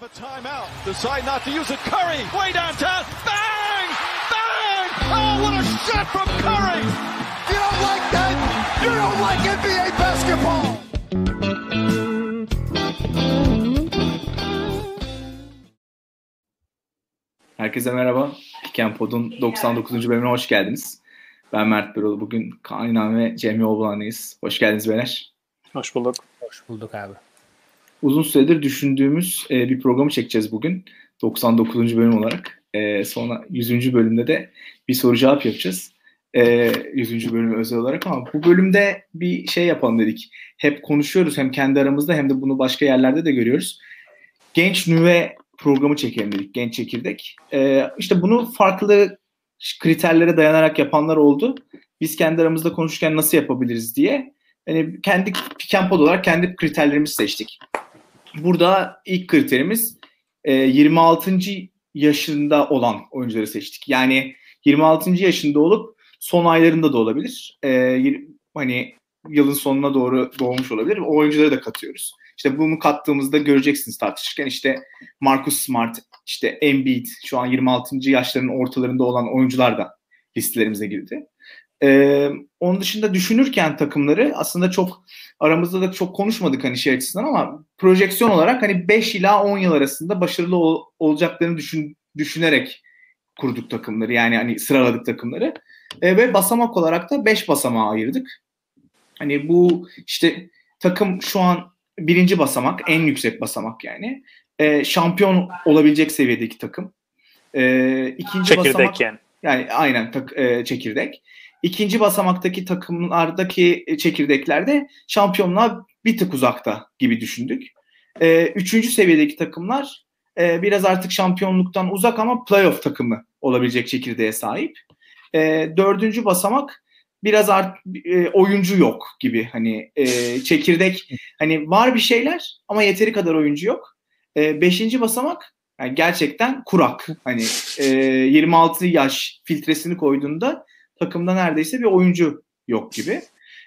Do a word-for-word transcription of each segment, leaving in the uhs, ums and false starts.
Have a timeout. Decide not to use it. Curry, way downtown. Bang! Bang! Oh, what a shot from Curry! You don't like that? You don't like N B A basketball! Herkese merhaba. Pick and Pod'un doksan dokuzuncu bölümüne hoş geldiniz. Ben Mert Beroğlu. Bugün Kaan İnan ve Cemil Oğuzhan'dayız. Hoş geldiniz beyler. Hoş bulduk. Hoş bulduk abi. Uzun süredir düşündüğümüz e, bir programı çekeceğiz bugün. doksan dokuzuncu bölüm olarak. E, sonra yüzüncü bölümde de bir soru cevap yapacağız. E, yüzüncü bölümü özel olarak, ama bu bölümde bir şey yapalım dedik. Hep konuşuyoruz hem kendi aramızda hem de bunu başka yerlerde de görüyoruz. Genç Nüve programı çekelim dedik. Genç Çekirdek. E, işte bunu farklı kriterlere dayanarak yapanlar oldu. Biz kendi aramızda konuşurken nasıl yapabiliriz diye. Yani kendi Pick and Pod olarak kendi kriterlerimizi seçtik. Burada ilk kriterimiz e, yirmi altıncı yaşında olan oyuncuları seçtik. Yani yirmi altıncı yaşında olup son aylarında da olabilir. E, hani yılın sonuna doğru doğmuş olabilir. O oyuncuları da katıyoruz. İşte bunu kattığımızda göreceksiniz tartışırken, işte Marcus Smart, işte Embiid, şu an yirmi altıncı yaşlarının ortalarında olan oyuncular da listelerimize girdi. Ee, onun dışında düşünürken takımları aslında çok aramızda da çok konuşmadık hani şey açısından, ama projeksiyon olarak hani beş ila on yıl arasında başarılı ol, olacaklarını düşün, düşünerek kurduk takımları. Yani hani sıraladık takımları. Ee, ve basamak olarak da beş basamağa ayırdık. Hani bu işte takım şu an birinci basamak, en yüksek basamak yani. Ee, şampiyon olabilecek seviyedeki takım. Ee, ikinci çekirdek basamak, yani. Yani aynen tak, e, çekirdek. İkinci basamaktaki takımlardaki çekirdeklerde şampiyonluğa bir tık uzakta gibi düşündük. E, üçüncü seviyedeki takımlar e, biraz artık şampiyonluktan uzak ama playoff takımı olabilecek çekirdeğe sahip. E, dördüncü basamak biraz art, e, oyuncu yok gibi, hani e, çekirdek hani var bir şeyler ama yeteri kadar oyuncu yok. E, beşinci basamak yani gerçekten kurak. Hani e, yirmi altı yaş filtresini koyduğunda takımda neredeyse bir oyuncu yok gibi.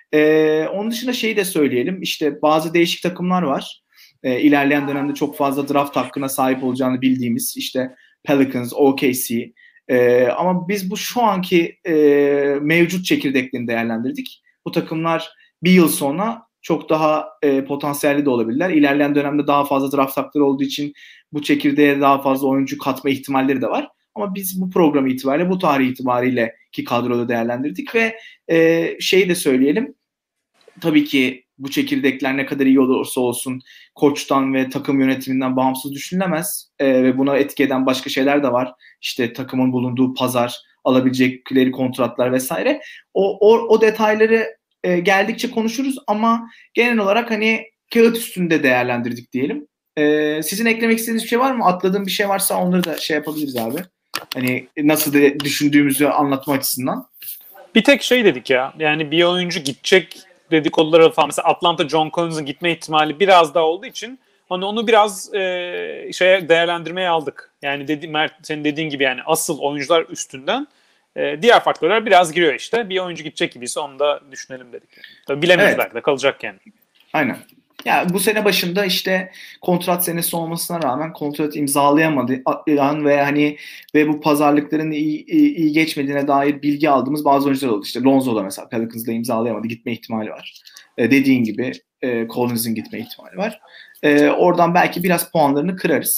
E, onun dışında şeyi de söyleyelim. İşte bazı değişik takımlar var. E, ilerleyen dönemde çok fazla draft hakkına sahip olacağını bildiğimiz, işte Pelicans, O K C. E, ama biz bu şu anki e, mevcut çekirdeklerini değerlendirdik. Bu takımlar bir yıl sonra çok daha e, potansiyelli de olabilirler. İlerleyen dönemde daha fazla draft hakları olduğu için bu çekirdeğe daha fazla oyuncu katma ihtimalleri de var. Ama biz bu program itibariyle, bu tarih itibariyle ki kadroda değerlendirdik ve e, şeyi de söyleyelim. Tabii ki bu çekirdekler ne kadar iyi olursa olsun koçtan ve takım yönetiminden bağımsız düşünülemez. E, ve buna etki eden başka şeyler de var. İşte takımın bulunduğu pazar, alabilecekleri kontratlar vesaire. O, o, o detayları e, geldikçe konuşuruz ama genel olarak hani kağıt üstünde değerlendirdik diyelim. Ee, sizin eklemek istediğiniz bir şey var mı? Atladığım bir şey varsa onları da şey yapabiliriz abi. Hani nasıl de düşündüğümüzü anlatma açısından. Bir tek şey dedik ya. Yani bir oyuncu gidecek dedikoduları falan. Mesela Atlanta John Collins'ın gitme ihtimali biraz daha olduğu için hani onu biraz e, şeye değerlendirmeye aldık. Yani dedi, Mert senin dediğin gibi yani asıl oyuncular üstünden e, diğer faktörler biraz giriyor işte. Bir oyuncu gidecek gibiyse onu da düşünelim dedik. Tabii bilemiyoruz, evet. Belki de kalacak yani. Aynen. Ya bu sene başında işte kontrat senesi olmasına rağmen kontrat imzalayamadı ve hani ve bu pazarlıkların iyi, iyi, iyi geçmediğine dair bilgi aldığımız bazı oyuncular oldu. İşte Lonzo da mesela Pelicans'da imzalayamadı, gitme ihtimali var. E, dediğin gibi e, Collins'in gitme ihtimali var. E, oradan belki biraz puanlarını kırarız.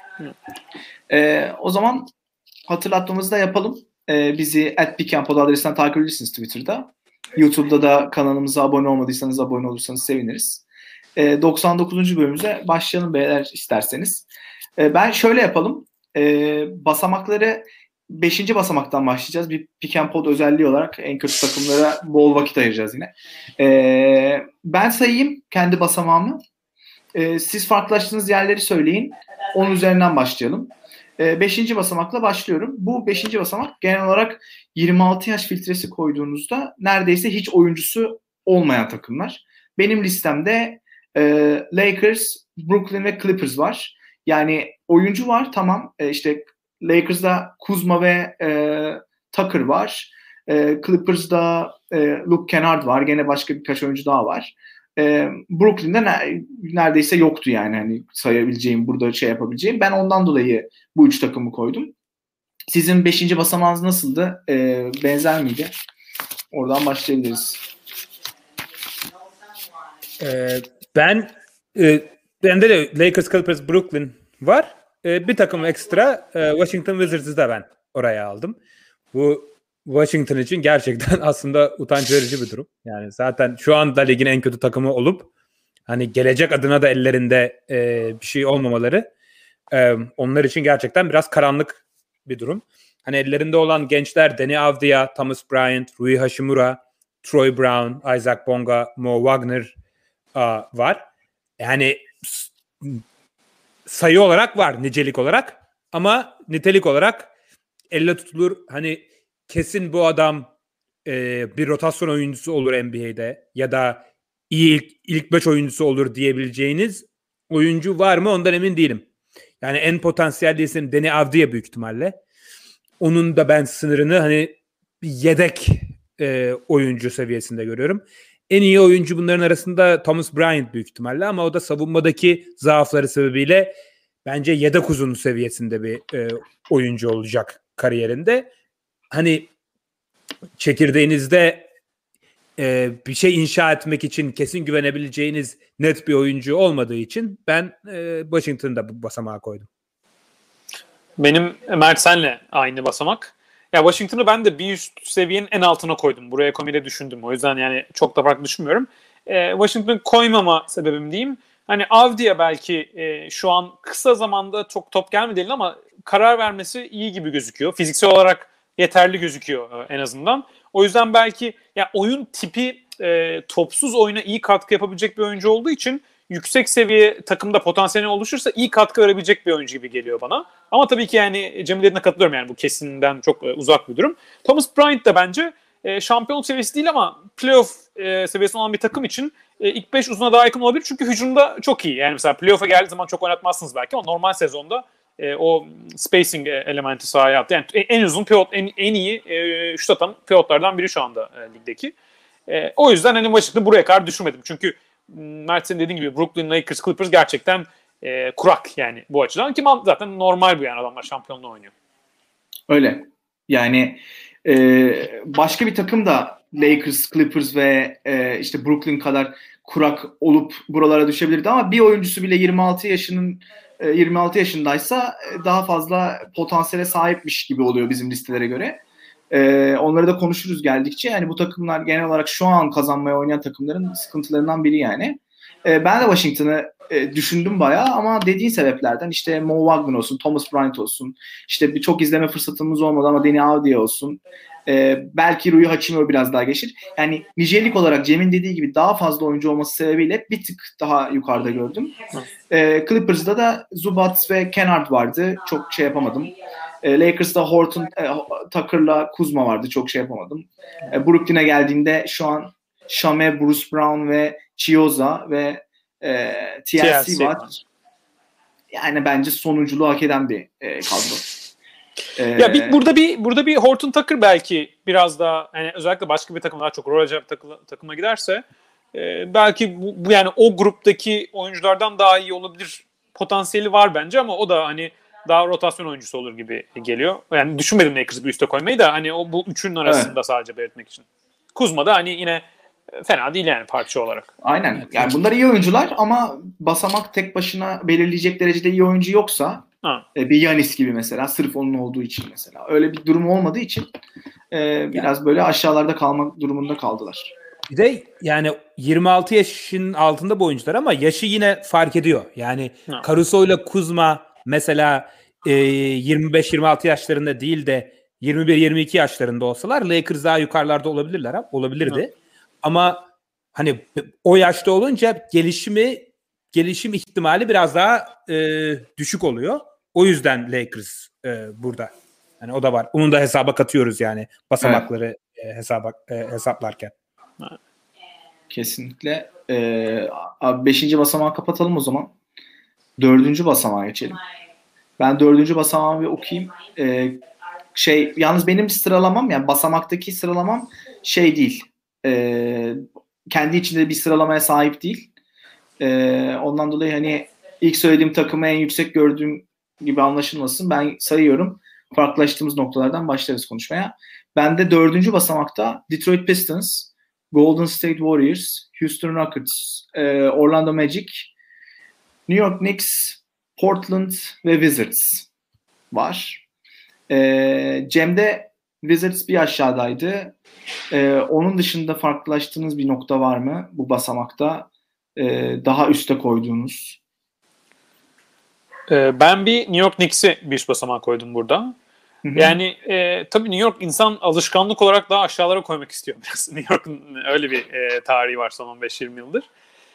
E, o zaman hatırlatmamızı da yapalım. E, bizi at pick and pod adresinden takip edebilirsiniz Twitter'da. YouTube'da da kanalımıza abone olmadıysanız abone olursanız seviniriz. doksan dokuzuncu bölümümüze başlayalım beyler isterseniz. Ben şöyle yapalım. Basamakları beşinci basamaktan başlayacağız. Bir pick and pod özelliği olarak en kötü takımlara bol vakit ayıracağız yine. Ben sayayım kendi basamağımı. Siz farklılaştığınız yerleri söyleyin. Onun üzerinden başlayalım. Beşinci basamakla başlıyorum. Bu beşinci basamak genel olarak yirmi altı yaş filtresi koyduğunuzda neredeyse hiç oyuncusu olmayan takımlar. Benim listemde e, Lakers, Brooklyn ve Clippers var. Yani oyuncu var, tamam. E, işte Lakers'da Kuzma ve e, Tucker var. E, Clippers'da e, Luke Kennard var. Gene başka birkaç oyuncu daha var. e, Brooklyn'de ne, neredeyse yoktu yani hani sayabileceğim, burada şey yapabileceğim. Ben ondan dolayı bu üç takımı koydum. Sizin beşinci basamağınız nasıldı? E, benzer miydi? Oradan başlayabiliriz. Ee, ben e, bende de Lakers, Clippers, Brooklyn var. Ee, bir takım ekstra e, Washington Wizards'ı da ben oraya aldım. Bu Washington için gerçekten aslında utanç verici bir durum. Yani zaten şu anda ligin en kötü takımı olup hani gelecek adına da ellerinde e, bir şey olmamaları e, onlar için gerçekten biraz karanlık bir durum. Hani ellerinde olan gençler Deni Avdija, Thomas Bryant, Rui Hachimura, Troy Brown, Isaac Bonga, Mo Wagner a, var. Yani sayı olarak var, nicelik olarak, ama nitelik olarak elle tutulur. Hani kesin bu adam e, bir rotasyon oyuncusu olur N B A'de ya da iyi ilk, ilk beş oyuncusu olur diyebileceğiniz oyuncu var mı ondan emin değilim. Yani en potansiyelli isim Deni Avdija büyük ihtimalle. Onun da ben sınırını hani bir yedek e, oyuncu seviyesinde görüyorum. En iyi oyuncu bunların arasında Thomas Bryant büyük ihtimalle, ama o da savunmadaki zaafları sebebiyle bence yedek uzun seviyesinde bir e, oyuncu olacak kariyerinde. Hani çekirdeğinizde e, bir şey inşa etmek için kesin güvenebileceğiniz net bir oyuncu olmadığı için ben e, Washington'da bu basamağa koydum. Benim Mert senle aynı basamak. Ya Washington'ı ben de bir üst seviyenin en altına koydum. Buraya koymayı düşündüm. O yüzden yani çok da farklı düşünmüyorum. E, Washington'ı koymama sebebim diyeyim. Hani Avdija belki e, şu an kısa zamanda çok top gelmedi değil ama karar vermesi iyi gibi gözüküyor. Fiziksel olarak yeterli gözüküyor e, en azından. O yüzden belki ya oyun tipi e, topsuz oyuna iyi katkı yapabilecek bir oyuncu olduğu için yüksek seviye takımda potansiyeli oluşursa iyi katkı verebilecek bir oyuncu gibi geliyor bana. Ama tabii ki yani Cemil dediğine katılıyorum, yani bu kesinden çok e, uzak bir durum. Thomas Bryant da bence e, şampiyonluk seviyesi değil ama playoff e, seviyesinde olan bir takım için e, ilk beş uzuna daha yakın olabilir. Çünkü hücumda çok iyi. Yani mesela playoff'a geldiği zaman çok oynatmazsınız belki ama normal sezonda e, o spacing elementi sahaya attı. Yani en uzun pivot, en, en iyi e, şut atan pivotlardan biri şu anda e, ligdeki. E, o yüzden hani Washington'ı buraya kadar düşürmedim. Çünkü Mert senin dediğin gibi Brooklyn, Lakers, Clippers gerçekten e, kurak yani bu açıdan. Ki zaten normal bu, yani adamlar şampiyonluğu oynuyor. Öyle. Yani e, başka bir takım da Lakers, Clippers ve e, işte Brooklyn kadar kurak olup buralara düşebilirdi ama bir oyuncusu bile yirmi altı yaşının e, yirmi altı yaşındaysa daha fazla potansiyele sahipmiş gibi oluyor bizim listelere göre. Ee, onları da konuşuruz geldikçe. Yani bu takımlar genel olarak şu an kazanmaya oynayan takımların sıkıntılarından biri yani. Ee, ben de Washington'ı e, düşündüm bayağı ama dediğin sebeplerden işte Mo Wagner olsun, Thomas Bryant olsun, işte birçok izleme fırsatımız olmadı ama Deni Avdija olsun. Ee, belki Rui Hachimura biraz daha geçir. Yani nicelik olarak Cem'in dediği gibi daha fazla oyuncu olması sebebiyle bir tık daha yukarıda gördüm. Ee, Clippers'da da Zubac ve Kennard vardı. Çok şey yapamadım. E, Lakers'da Horton, e, Tucker'la Kuzma vardı. Çok şey yapamadım. E, Brooklyn'e geldiğinde şu an Shame, Bruce Brown ve Chiozza ve e, T L C var. Yani bence sonunculuğu hak eden bir e, kadro. E, ya bir, burada bir burada bir Horton Tucker belki biraz daha yani özellikle başka bir takım daha çok rol alacak takıma giderse e, belki bu, bu yani o gruptaki oyunculardan daha iyi olabilir potansiyeli var bence ama o da hani daha rotasyon oyuncusu olur gibi geliyor. Yani düşünmedim Lakers'ı bir üste koymayı da hani o bu üçünün arasında evet. Sadece belirtmek için. Kuzma da hani yine fena değil yani parça olarak. Aynen. Yani bunlar iyi oyuncular ama basamak tek başına belirleyecek derecede iyi oyuncu yoksa ha. bir Giannis gibi mesela sırf onun olduğu için mesela öyle bir durum olmadığı için e, biraz yani. Böyle aşağılarda kalmak durumunda kaldılar. Bir de yani yirmi altı yaşın altında bu oyuncular ama yaşı yine fark ediyor. Yani ha. Caruso ile Kuzma mesela e, yirmi beş yirmi altı yaşlarında değil de yirmi bir yirmi iki yaşlarında olsalar Lakers daha yukarılarda olabilirler olabilirdi. Evet. Ama hani o yaşta olunca gelişimi gelişim ihtimali biraz daha e, düşük oluyor. O yüzden Lakers e, burada. Hani o da var. Onun da hesaba katıyoruz yani basamakları evet. e, hesaba e, hesaplarken. Kesinlikle. E, abi beşinci basamağı kapatalım o zaman. Dördüncü basamağa geçelim. Ben dördüncü basamağı bir okuyayım. Ee, şey, yalnız benim sıralamam yani basamaktaki sıralamam şey değil. Ee, kendi içinde bir sıralamaya sahip değil. Ee, ondan dolayı hani ilk söylediğim takımı en yüksek gördüğüm gibi anlaşılmasın. Ben sayıyorum. Farklılaştığımız noktalardan başlarız konuşmaya. Ben de dördüncü basamakta Detroit Pistons, Golden State Warriors, Houston Rockets, e, Orlando Magic, New York Knicks, Portland ve Wizards var. E, Cem'de Wizards bir aşağıdaydı. E, onun dışında farklılaştığınız bir nokta var mı bu basamakta? E, daha üste koyduğunuz. E, ben bir New York Knicks'i bir üst basamağa koydum burada. Hı-hı. Yani e, tabii New York insan alışkanlık olarak daha aşağılara koymak istiyor biraz. New York'un öyle bir e, tarihi var son on beş yirmi yıldır.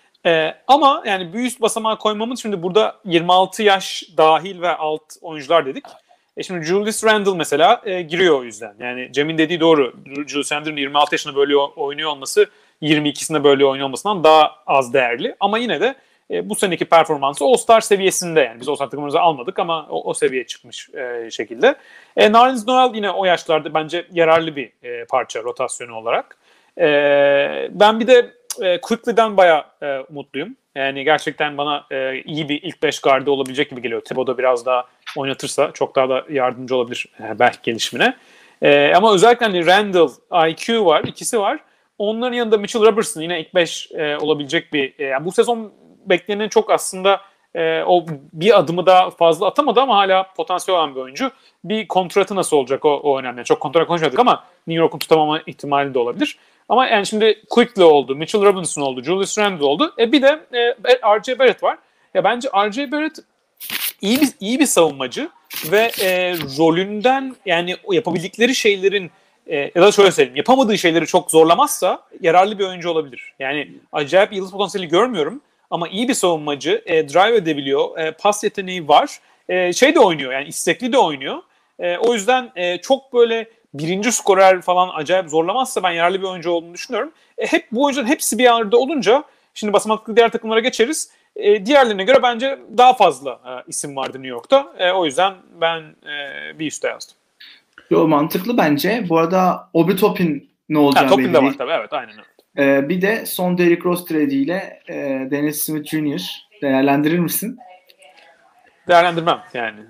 E, ama yani bir üst basamağa koymamız şimdi burada yirmi altı yaş dahil ve alt oyuncular dedik. E şimdi Julius Randle mesela e, giriyor o yüzden. Yani Cem'in dediği doğru. Julius Randle'ın yirmi altı yaşında böyle oynuyor olması yirmi ikisinde böyle oynuyor olmasından daha az değerli. Ama yine de e, bu seneki performansı All-Star seviyesinde. Yani biz All-Star takımımızı almadık ama o, o seviyeye çıkmış e, şekilde. E, Nerlens Noel yine o yaşlarda bence yararlı bir e, parça rotasyonu olarak. E, ben bir de e, Quickly'den bayağı e, mutluyum. Yani gerçekten bana e, iyi bir ilk beş gardı olabilecek gibi geliyor. Thibodeau biraz daha oynatırsa çok daha da yardımcı olabilir e, belki gelişimine. E, ama özellikle hani Randle, I Q var, ikisi var. Onların yanında Mitchell Robertson yine ilk beş e, olabilecek bir... E, yani bu sezon beklenenin çok aslında e, o bir adımı daha fazla atamadı ama hala potansiyel olan bir oyuncu. Bir kontratı nasıl olacak o, o önemli. Çok kontrat konuşmadık ama New York'un tutamama ihtimali de olabilir. Ama yani şimdi Quickly oldu, Mitchell Robinson oldu, Julius Randle oldu. E bir de e, R J Barrett var. Ya bence R J Barrett iyi bir iyi bir savunmacı ve e, rolünden yani yapabildikleri şeylerin e, ya da şöyle söyleyeyim, yapamadığı şeyleri çok zorlamazsa yararlı bir oyuncu olabilir. Yani acayip yıldız potansiyeli görmüyorum ama iyi bir savunmacı, e, drive edebiliyor, e, pas yeteneği var, e, şey de oynuyor yani istekli de oynuyor. E, o yüzden e, çok böyle birinci skorer falan acayip zorlamazsa ben yararlı bir oyuncu olduğunu düşünüyorum. E, hep bu oyuncuların hepsi bir yerde olunca şimdi basamaklı diğer takımlara geçeriz. E, diğerlerine göre bence daha fazla e, isim vardı New York'ta. E, o yüzden ben e, bir üste yazdım. Yo, mantıklı bence. Bu arada Obi Toppin ne olacağı ha, Toppin belli de var değil. tabii, evet aynen öyle. Ee, bir de son Derrick Rose trade ile e, Dennis Smith Junior değerlendirir misin? Değerlendirmem yani.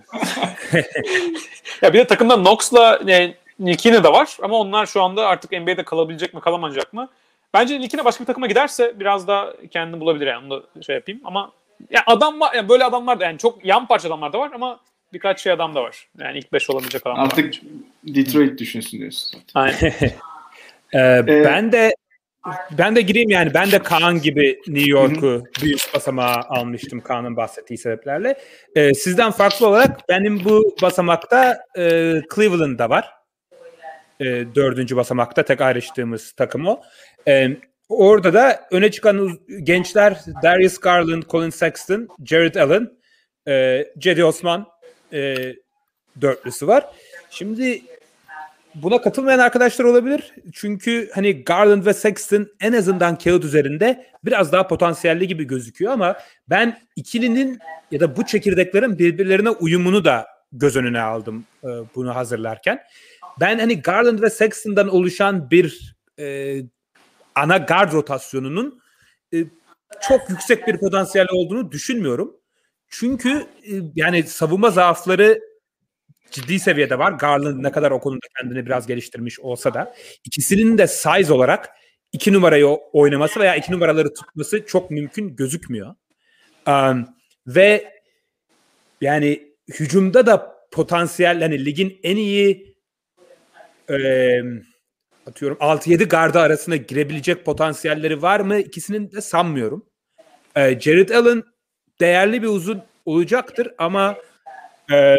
Ya bir de takımda Knox'la yani, Nilkine de var ama onlar şu anda artık N B A'de kalabilecek mi kalamayacak mı? Bence Nilkine başka bir takıma giderse biraz daha kendini bulabilir yani onu da şey yapayım ama ya adam var yani böyle adamlar da yani çok yan parça adamlar da var ama birkaç şey adam da var. Yani ilk beş olabilecek adamlar artık var. Detroit düşünsün diyorsun. Aynen. ee, ee, ben de ben de gireyim yani ben de Kaan gibi New York'u bir üst basamağa almıştım Kaan'ın bahsettiği sebeplerle. Ee, sizden farklı olarak benim bu basamakta e, Cleveland'da var. E, dördüncü basamakta tek ayrıştığımız takım o. E, orada da öne çıkan gençler Darius Garland, Colin Sexton, Jared Allen, e, Cedi Osman e, dörtlüsü var. Şimdi buna katılmayan arkadaşlar olabilir. Çünkü hani Garland ve Sexton en azından kağıt üzerinde biraz daha potansiyelli gibi gözüküyor ama ben ikilinin ya da bu çekirdeklerin birbirlerine uyumunu da göz önüne aldım e, bunu hazırlarken. Ben hani Garland ve Sexton'dan oluşan bir e, ana guard rotasyonunun e, çok yüksek bir potansiyeli olduğunu düşünmüyorum. Çünkü e, yani savunma zaafları ciddi seviyede var. Garland ne kadar o konuda kendini biraz geliştirmiş olsa da ikisinin de size olarak iki numarayı oynaması veya iki numaraları tutması çok mümkün gözükmüyor. Um, ve yani hücumda da potansiyel hani ligin en iyi e, atıyorum altı yedi gardı arasına girebilecek potansiyelleri var mı? İkisinin de sanmıyorum. E, Jared Allen değerli bir uzun olacaktır ama e,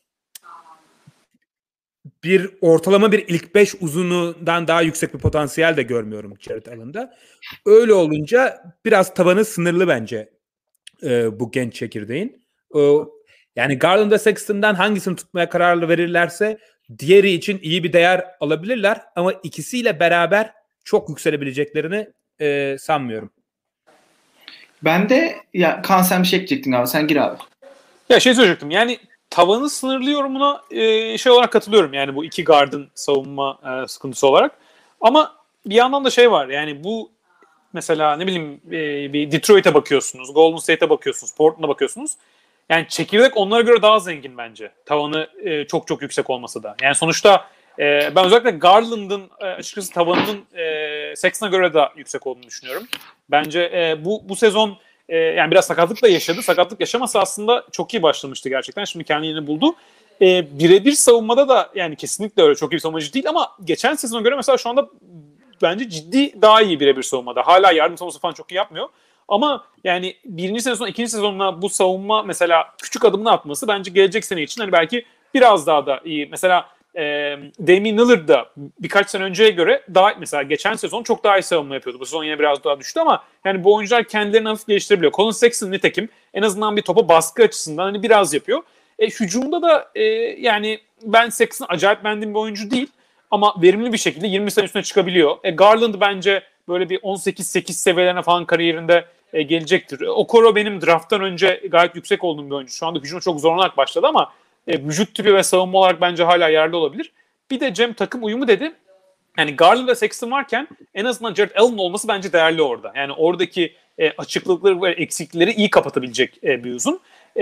bir ortalama bir ilk beş uzunundan daha yüksek bir potansiyel de görmüyorum Jared Allen'da. Öyle olunca biraz tabanı sınırlı bence e, bu genç çekirdeğin. E, yani Garland ve Sexton'dan hangisini tutmaya kararlı verirlerse diğeri için iyi bir değer alabilirler ama ikisiyle beraber çok yükselebileceklerini e, sanmıyorum. Ben de ya Kaan sen bir şey ekleyecektin abi. Sen gir abi. Ya şey söyleyecektim yani tavanı sınırlı yorumuna e, şey olarak katılıyorum yani bu iki guard'ın savunma e, sıkıntısı olarak. Ama bir yandan da şey var yani bu mesela ne bileyim e, bir Detroit'e bakıyorsunuz, Golden State'e bakıyorsunuz, Portland'a bakıyorsunuz. Yani çekirdek onlara göre daha zengin bence. Tavanı e, çok çok yüksek olmasa da. Yani sonuçta e, ben özellikle Garland'ın e, açıkçası tavanının e, Sexton'a göre daha yüksek olduğunu düşünüyorum. Bence e, bu bu sezon e, yani biraz sakatlık da yaşadı. Sakatlık yaşamasa aslında çok iyi başlamıştı gerçekten. Şimdi kendi yerini buldu. E, birebir savunmada da yani kesinlikle öyle çok iyi bir savunmacı değil ama geçen sezona göre mesela şu anda bence ciddi daha iyi birebir savunmada. Hala yardım savunması falan çok iyi yapmıyor. Ama yani birinci sezon, ikinci sezonla bu savunma mesela küçük adımını atması bence gelecek sene için hani belki biraz daha da iyi. Mesela e, Damian Lillard da birkaç sene önceye göre daha mesela geçen sezon çok daha iyi savunma yapıyordu. Bu sezon yine biraz daha düştü ama yani bu oyuncular kendilerini hafif geliştirebiliyor. Colin Sexton nitekim en azından bir topa baskı açısından hani biraz yapıyor. E, hücumda da e, yani ben Sexton acayip beğendiğim bir oyuncu değil ama verimli bir şekilde yirmi sene üstüne çıkabiliyor. E, Garland bence böyle bir on sekiz sekiz seviyelerine falan kariyerinde e, gelecektir. Okoro benim drafttan önce gayet yüksek olduğum bir oyuncu. Şu anda hücuma çok zorlanarak başladı ama e, vücut tipi ve savunma olarak bence hala yerli olabilir. Bir de Cem takım uyumu dedi. Yani Garland ve Sexton varken en azından Jared Allen olması bence değerli orada. Yani oradaki e, açıklıkları ve eksiklikleri iyi kapatabilecek e, bir uzun. E,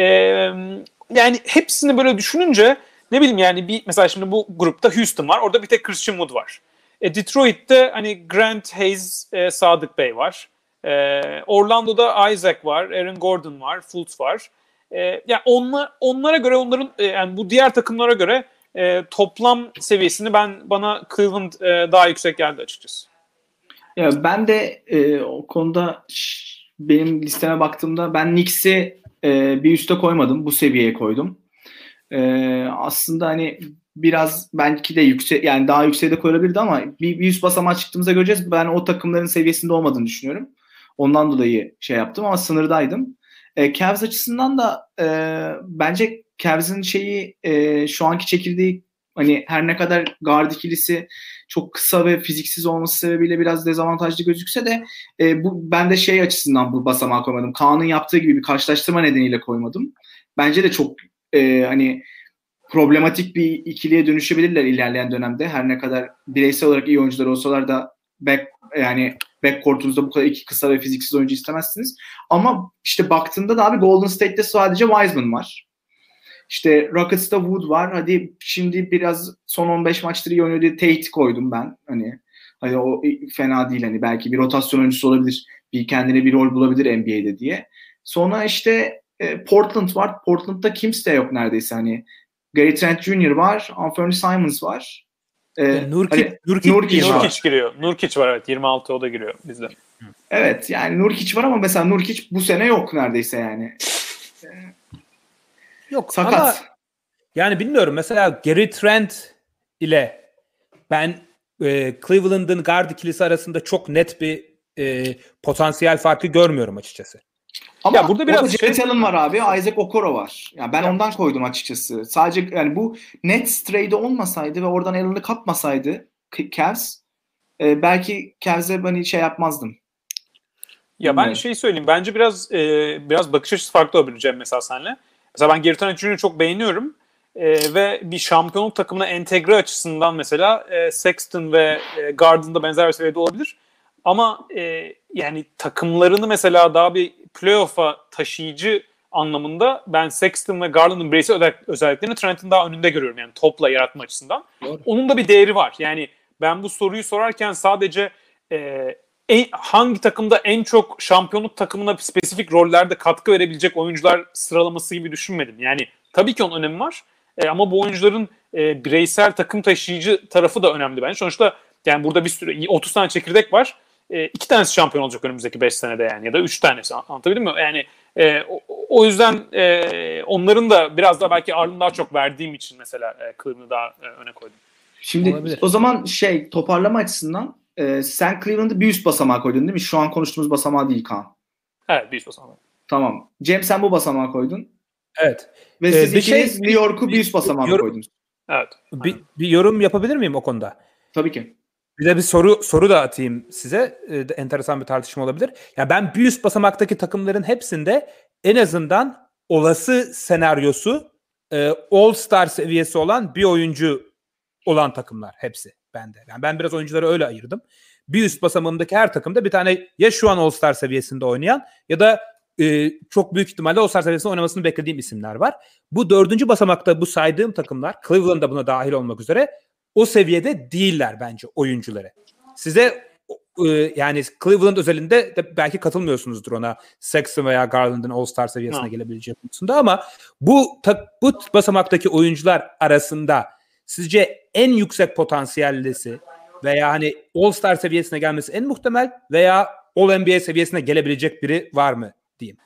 yani hepsini böyle düşününce ne bileyim yani bir mesela şimdi bu grupta Houston var. Orada bir tek Christian Wood var. E, Detroit'te hani Grant Hayes, e, Sadık Bey var. E, Orlando'da Isaac var, Aaron Gordon var, Fultz var. E, yani onlar, onlara göre onların e, yani bu diğer takımlara göre e, toplam seviyesini ben bana Cleveland e, daha yüksek geldi açıkçası. Ya ben de e, o konuda ş- benim listeme baktığımda ben Knicks'i e, bir üste koymadım, bu seviyeye koydum. E, aslında hani biraz belki de yüksek yani daha yükseğe de koyulabilirdi ama bir, bir üst basamağa çıktığımızda göreceğiz. Ben o takımların seviyesinde olmadığını düşünüyorum. Ondan dolayı şey yaptım ama sınırdaydım. E, Cavs açısından da e, bence Cavs'ın şeyi e, şu anki çekirdeği hani her ne kadar guard ikilisi çok kısa ve fiziksiz olması sebebiyle biraz dezavantajlı gözükse de e, bu ben de şey açısından bu basamağa koymadım. Kaan'ın yaptığı gibi bir karşılaştırma nedeniyle koymadım. Bence de çok e, hani problematik bir ikiliye dönüşebilirler ilerleyen dönemde. Her ne kadar bireysel olarak iyi oyuncular olsalar da back yani backcourt'unuzda bu kadar iki kısa ve fiziksiz oyuncu istemezsiniz. Ama işte baktığında da abi Golden State'te sadece Wiseman var. İşte Rockets'ta Wood var. Hadi şimdi biraz son on beş maçtır iyi oynuyor diye Tate koydum ben. Hani hani o fena değil hani belki bir rotasyon oyuncusu olabilir. Bir kendine bir rol bulabilir N B A'de diye. Sonra işte e, Portland var. Portland'da kimse de yok neredeyse hani. Gary Trent Junior var. Anthony Simons var. Ee, Nurkic, hani, Nurkic, Nurkic, Nurkic giriyor. Nurkic var evet. yirmi altı o da giriyor bizde. Evet yani Nurkic var ama mesela Nurkic bu sene yok neredeyse yani. Yok Sakat. ama yani bilmiyorum mesela Gary Trent ile ben e, Cleveland'ın guard ikilisi arasında çok net bir e, potansiyel farkı görmüyorum açıkçası. Ama ya burada biraz orada Jared şey... Allen var abi. Isaac Okoro var. Yani ben ya. ondan koydum açıkçası. Sadece yani bu Nets trade olmasaydı ve oradan Allen'ı kapmasaydı Cavs e, belki Cavs'e hani şey yapmazdım. Ya Bilmiyorum. Ben şey söyleyeyim. Bence biraz e, biraz bakış açısı farklı olabileceğim mesela seninle. Mesela ben Gary Trent Junior'ı çok beğeniyorum. E, ve bir şampiyonluk takımına entegre açısından mesela e, Sexton ve e, Garden'da benzer bir seviyede olabilir. Ama e, yani takımlarını mesela daha bir playoff'a taşıyıcı anlamında ben Sexton ve Garland'ın bireysel özelliklerini Trent'in daha önünde görüyorum. Yani topla yaratma açısından. Doğru. Onun da bir değeri var. Yani ben bu soruyu sorarken sadece e, en, hangi takımda en çok şampiyonluk takımına spesifik rollerde katkı verebilecek oyuncular sıralaması gibi düşünmedim. Yani tabii ki onun önemi var. E, ama bu oyuncuların e, bireysel takım taşıyıcı tarafı da önemli bence. Sonuçta yani burada bir sürü otuz tane çekirdek var. E, iki tanesi şampiyon olacak önümüzdeki beş senede yani ya da üç tanesi anlatabildim mi? Yani e, o, o yüzden e, onların da biraz daha belki ağırlığını daha çok verdiğim için mesela e, Cleveland'ı daha e, öne koydum. Şimdi olabilir. O zaman şey toparlama açısından e, sen Cleveland'ı bir üst basamağa koydun değil mi? Şu an konuştuğumuz basamağı değil Kaan. Evet bir üst basamağı. Tamam. Cem sen bu basamağa koydun. Evet. Ve siz ee, ikiniz şey, New York'u bir üst basamağa koydunuz. Evet. Bir, bir yorum yapabilir miyim o konuda? Tabii ki. Bir de bir soru soru da atayım size. Ee, enteresan bir tartışma olabilir. Ya ben bir üst basamaktaki takımların hepsinde en azından olası senaryosu e, All-Star seviyesi olan bir oyuncu olan takımlar hepsi bende. Yani ben biraz oyuncuları öyle ayırdım. bir üst basamağındaki her takımda bir tane ya şu an All-Star seviyesinde oynayan ya da e, çok büyük ihtimalle All-Star seviyesinde oynamasını beklediğim isimler var. Bu dördüncü basamakta bu saydığım takımlar, Cleveland da buna dahil olmak üzere, o seviyede değiller bence oyuncuları. Size e, yani Cleveland özelinde de belki katılmıyorsunuzdur ona, Sexton veya Garland'ın All-Star seviyesine no. gelebileceği konusunda, ama bu bu basamaktaki oyuncular arasında sizce en yüksek potansiyellisi veya hani All-Star seviyesine gelmesi en muhtemel veya All-N B A seviyesine gelebilecek biri var mı diyeyim?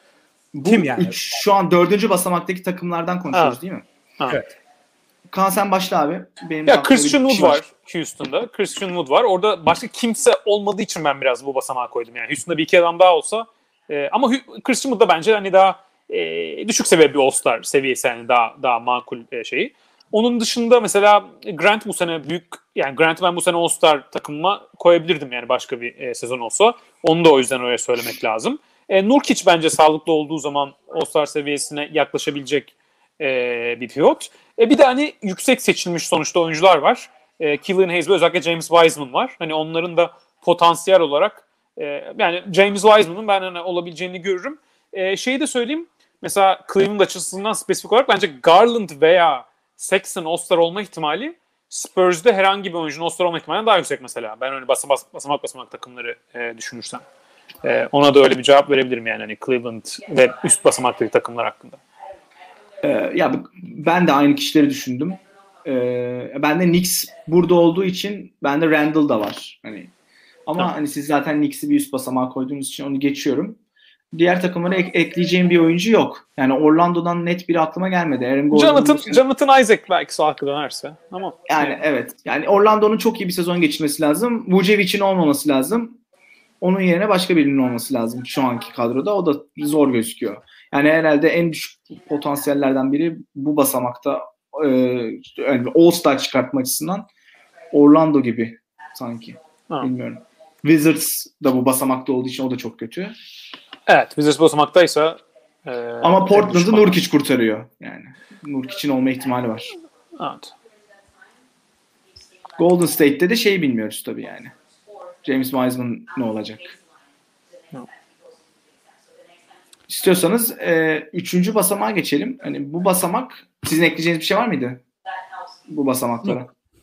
Bu Kim yani? Üç, şu an dördüncü basamaktaki takımlardan konuşuyoruz ha. değil mi? Ha. Evet. Kaan sen başla abi. Benim ya Christian Wood var. var Houston'da. Christian Wood var. Orada başka kimse olmadığı için ben biraz bu basamağa koydum. Yani Houston'da bir iki adam daha olsa e, ama Christian Wood da bence hani daha e, düşük seviye bir All-Star seviyesi, yani daha daha makul e, şeyi. Onun dışında mesela Grant bu sene büyük, yani Grant'ı ben bu sene All-Star takımıma koyabilirdim yani başka bir e, sezon olsa. Onu da o yüzden öyle söylemek lazım. E, Nurkic bence sağlıklı olduğu zaman All-Star seviyesine yaklaşabilecek e, bir pivot. E, bir de hani yüksek seçilmiş sonuçta oyuncular var. E, Killian Hayes ve özellikle James Wiseman var. Hani onların da potansiyel olarak e, yani James Wiseman'ın ben hani olabileceğini görürüm. E, şeyi de söyleyeyim. Mesela Cleveland açısından spesifik olarak bence Garland veya Sexton All-Star olma ihtimali Spurs'da herhangi bir oyuncunun All-Star olma ihtimali daha yüksek mesela. Ben öyle bas, bas, basamak basamak takımları e, düşünürsem. E, ona da öyle bir cevap verebilirim yani hani Cleveland ve üst basamaktaki takımlar hakkında. Ee, ya ben de aynı kişileri düşündüm. Ee, ben de Knicks burada olduğu için bende Randall da var. Hani ama tamam. Hani siz zaten Knicks'i bir üst basamağa koyduğunuz için onu geçiyorum. Diğer takımlara ek- ekleyeceğim bir oyuncu yok. Yani Orlando'dan net bir aklıma gelmedi. Aaron Jonathan, Jonathan Isaac belki sağ hakkı dönerse. Ama yani yani. evet. Yani Orlando'nun çok iyi bir sezon geçirmesi lazım. Vucevic'in olmaması lazım. Onun yerine başka birinin olması lazım şu anki kadroda. O da zor gözüküyor. Yani herhalde en düşük potansiyellerden biri bu basamakta e, yani All-Star çıkartma açısından Orlando gibi sanki. Ha. Bilmiyorum. Wizards da bu basamakta olduğu için o da çok kötü. Evet, Wizards basamaktaysa e, ama Portland'ı Nurkic kurtarıyor. Yani Nurkic'in olma ihtimali var. Evet. Golden State'te de şey bilmiyoruz tabii yani. James Wiseman ne olacak? No. İstiyorsanız e, üçüncü basamağa geçelim. Hani bu basamak, sizin ekleyeceğiniz bir şey var mıydı? Bu basamaklara.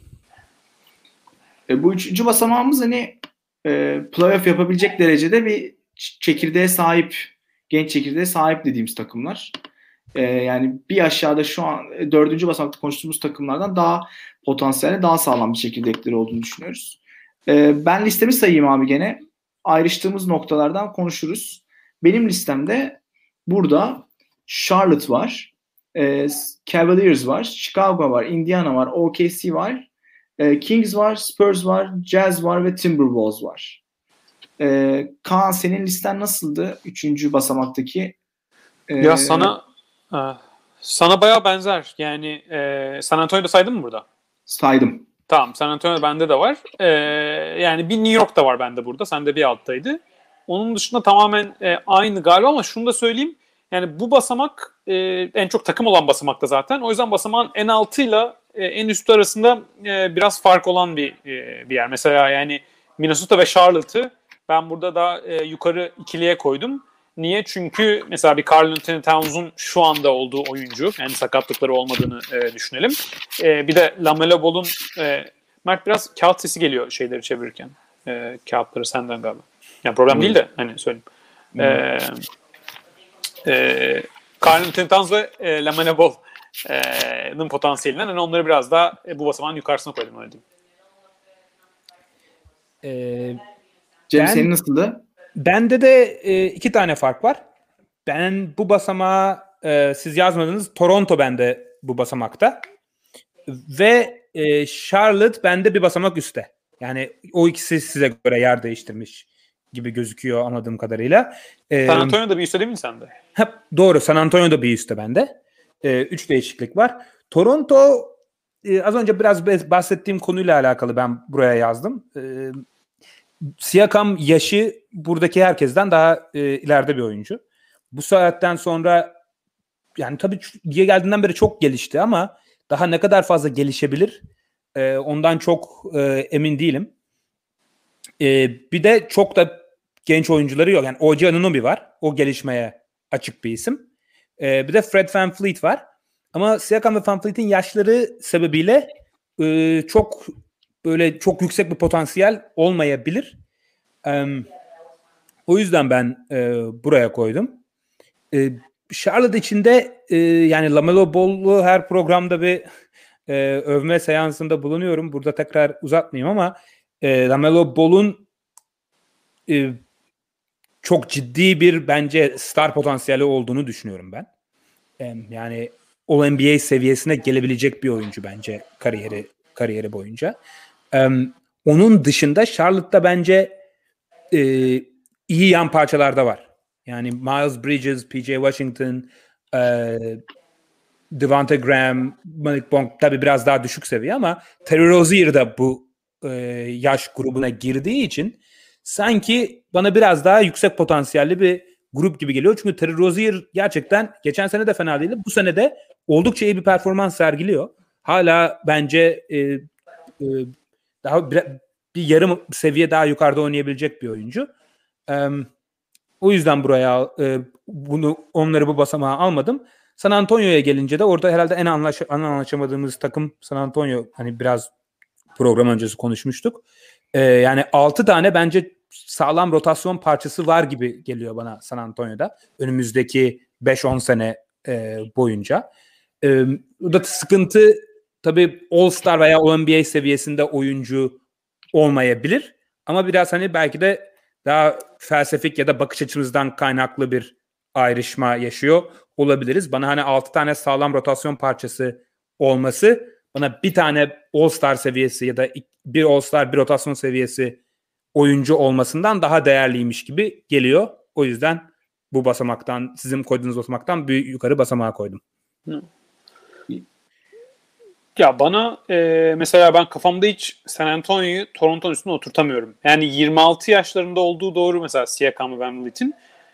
E, bu üçüncü basamağımız hani e, playoff yapabilecek derecede bir çekirdeğe sahip, genç çekirdeğe sahip dediğimiz takımlar. E, yani bir aşağıda şu an e, dördüncü basamakta konuştuğumuz takımlardan daha potansiyelli, daha sağlam bir çekirdekleri olduğunu düşünüyoruz. E, ben listemi sayayım abi gene. Ayrıştığımız noktalardan konuşuruz. Benim listemde burada Charlotte var, e, Cavaliers var, Chicago var, Indiana var, O K C var, e, Kings var, Spurs var, Jazz var ve Timberwolves var. E, Kaan senin listen nasıldı? Üçüncü basamaktaki. E, ya sana e, sana bayağı benzer. Yani e, San Antonio'da saydın mı burada? Saydım. Tamam, San Antonio bende de var. E, yani bir New York da var bende burada. Sende bir alttaydı. Onun dışında tamamen e, aynı galiba ama şunu da söyleyeyim. Yani bu basamak e, en çok takım olan basamakta zaten. O yüzden basamağın en altıyla e, en üstü arasında e, biraz fark olan bir e, bir yer. Mesela yani Minnesota ve Charlotte'ı ben burada daha e, yukarı ikiliye koydum. Niye? Çünkü mesela bir Karl Anthony Towns'un şu anda olduğu oyuncu, yani sakatlıkları olmadığını e, düşünelim. E, bir de LaMelo Ball'un e, Mert biraz kağıt sesi geliyor şeyleri çevirirken. E, kağıtları senden galiba. Yani problem hmm. değil de hani söyleyeyim. Hmm. Ee, e, Karl Anthony Towns ve e, LaMelo Ball'ın potansiyelinden hani onları biraz daha e, bu basamağın yukarısına koydum öyle diyeyim. Ee, Cem senin nasıldı? Bende de e, iki tane fark var. Ben bu basamağı e, siz yazmadınız. Toronto bende bu basamakta. Ve e, Charlotte bende bir basamak üstte. Yani o ikisi size göre yer değiştirmiş gibi gözüküyor anladığım kadarıyla. Ee, San Antonio'da bir üstte değil mi sende? Hep doğru. San Antonio'da bir üstte bende. Ee, üç değişiklik var. Toronto e, az önce biraz bahsettiğim konuyla alakalı ben buraya yazdım. Ee, Siakam yaşı buradaki herkesten daha e, ileride bir oyuncu. Bu saatten sonra yani tabii diye geldiğinden beri çok gelişti ama daha ne kadar fazla gelişebilir e, ondan çok e, emin değilim. Ee, bir de çok da genç oyuncuları yok. Yani O G Anunoby var. O gelişmeye açık bir isim. Ee, bir de Fred VanVleet var. Ama Siakam ve VanVleet'in yaşları sebebiyle e, çok böyle çok yüksek bir potansiyel olmayabilir. Ee, o yüzden ben e, buraya koydum. E, Charlotte içinde e, yani LaMelo Ball'u her programda bir e, övme seansında bulunuyorum. Burada tekrar uzatmayayım ama e, LaMelo Ball'un e, çok ciddi bir bence star potansiyeli olduğunu düşünüyorum ben. E, yani All-N B A seviyesine gelebilecek bir oyuncu bence kariyeri kariyeri boyunca. E, onun dışında Charlotte'da bence e, iyi yan parçalar da var. Yani Miles Bridges, P J Washington, e, Devonte Graham, Malik Monk tabii biraz daha düşük seviye ama Terry Rozier da bu e, yaş grubuna girdiği için sanki bana biraz daha yüksek potansiyelli bir grup gibi geliyor. Çünkü Terry Rozier gerçekten geçen sene de fena değildi. Bu sene de oldukça iyi bir performans sergiliyor. Hala bence e, e, daha bir, bir yarım seviye daha yukarıda oynayabilecek bir oyuncu. E, o yüzden buraya e, bunu onları bu basamağa almadım. San Antonio'ya gelince de orada herhalde en anlaş en anlaşamadığımız takım San Antonio. Hani biraz program öncesi konuşmuştuk. Ee, yani altı tane bence sağlam rotasyon parçası var gibi geliyor bana San Antonio'da. Önümüzdeki beş on sene e, boyunca. E, burada sıkıntı tabii All-Star veya All-N B A seviyesinde oyuncu olmayabilir. Ama biraz hani belki de daha felsefik ya da bakış açımızdan kaynaklı bir ayrışma yaşıyor olabiliriz. Bana hani altı tane sağlam rotasyon parçası olması bana bir tane All-Star seviyesi ya da bir All-Star bir rotasyon seviyesi oyuncu olmasından daha değerliymiş gibi geliyor. O yüzden bu basamaktan, sizin koyduğunuz basamaktan bir yukarı basamağa koydum. Ya bana e, mesela ben kafamda hiç San Antonio'yu Toronto'nun üstüne oturtamıyorum. Yani yirmi altı yaşlarında olduğu doğru mesela Siakam ve VanVleet'in.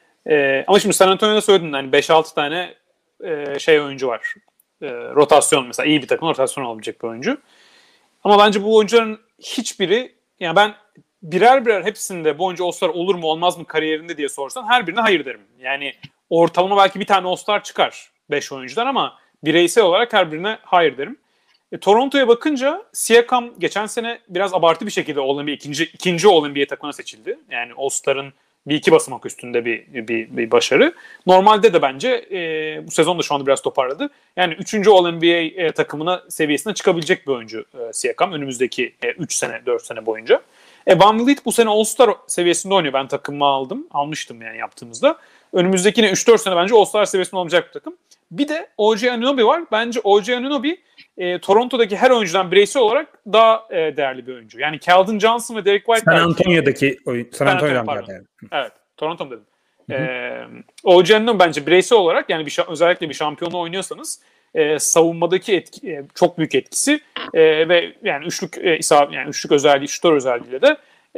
E, ama şimdi San Antonio'da söyledin hani beş altı tane e, şey oyuncu var. E, rotasyon mesela iyi bir takım rotasyon olabilecek bir oyuncu. Ama bence bu oyuncuların hiçbiri yani ben birer birer hepsinde bu oyuncu All-Star olur mu olmaz mı kariyerinde diye sorsan her birine hayır derim. Yani ortalama belki bir tane All-Star çıkar beş oyuncudan ama bireysel olarak her birine hayır derim. E, Toronto'ya bakınca Siakam geçen sene biraz abartı bir şekilde All-N B A ikinci, ikinci All-N B A takımına seçildi. Yani All-Star'ın bir iki basamak üstünde bir, bir, bir başarı. Normalde de bence e, bu sezon da şu anda biraz toparladı. Yani üçüncü All-N B A e, takımına seviyesine çıkabilecek bir oyuncu e, Siakam önümüzdeki e, üç sene dört sene boyunca. E, VanVleet bu sene All-Star seviyesinde oynuyor. Ben takımımı aldım. Almıştım yani yaptığımızda. Önümüzdeki yine üç dört sene bence All-Star seviyesinde olacak bir takım. Bir de O G Anunoby var. Bence O G Anunoby e, Toronto'daki her oyuncudan bireysel olarak daha e, değerli bir oyuncu. Yani Keldon Johnson ve Derek White. San Antonio'daki oyun. San Antonio'dan pardon. Geldi. Evet. Toronto mu dedim? Ee, O G Anunoby bence bireysel olarak yani bir özellikle bir şampiyonluğu oynuyorsanız e, savunmadaki etki, e, çok büyük etkisi e, ve yani üçlük e, isab yani üçlük özelliği, şutör özelliğiyle de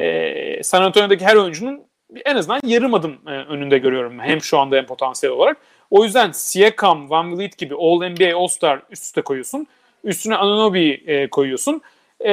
e, San Antonio'daki her oyuncunun en azından yarım adım e, önünde görüyorum hem şu anda hem potansiyel olarak. O yüzden Siakam, VanVleet gibi All-N B A All-Star üst üste koyuyorsun. Üstüne Anunoby e, koyuyorsun. E,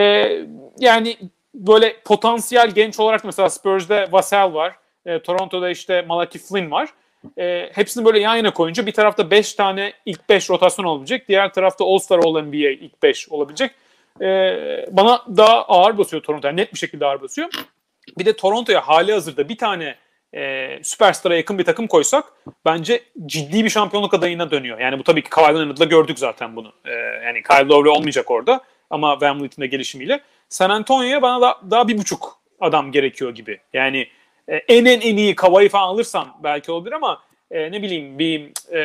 yani böyle potansiyel genç olarak mesela Spurs'de Vassell var. E, Toronto'da işte Malachi Flynn var. E, hepsini böyle yan yana koyunca bir tarafta beş tane ilk beş rotasyon olabilecek. Diğer tarafta All-Star All-N B A ilk beş olabilecek. E, bana daha ağır basıyor Toronto. Yani net bir şekilde ağır basıyor. Bir de Toronto'ya hali hazırda bir tane e, süperstara yakın bir takım koysak bence ciddi bir şampiyonluk adayına dönüyor. Yani bu tabii ki Kawhi Leonard'la gördük zaten bunu. E, yani Kyle Lowry olmayacak orada ama VanVleet'in de gelişimiyle. San Antonio'ya bana da, daha bir buçuk adam gerekiyor gibi. Yani e, en en en iyi Kawhi falan alırsan belki olabilir ama e, ne bileyim bir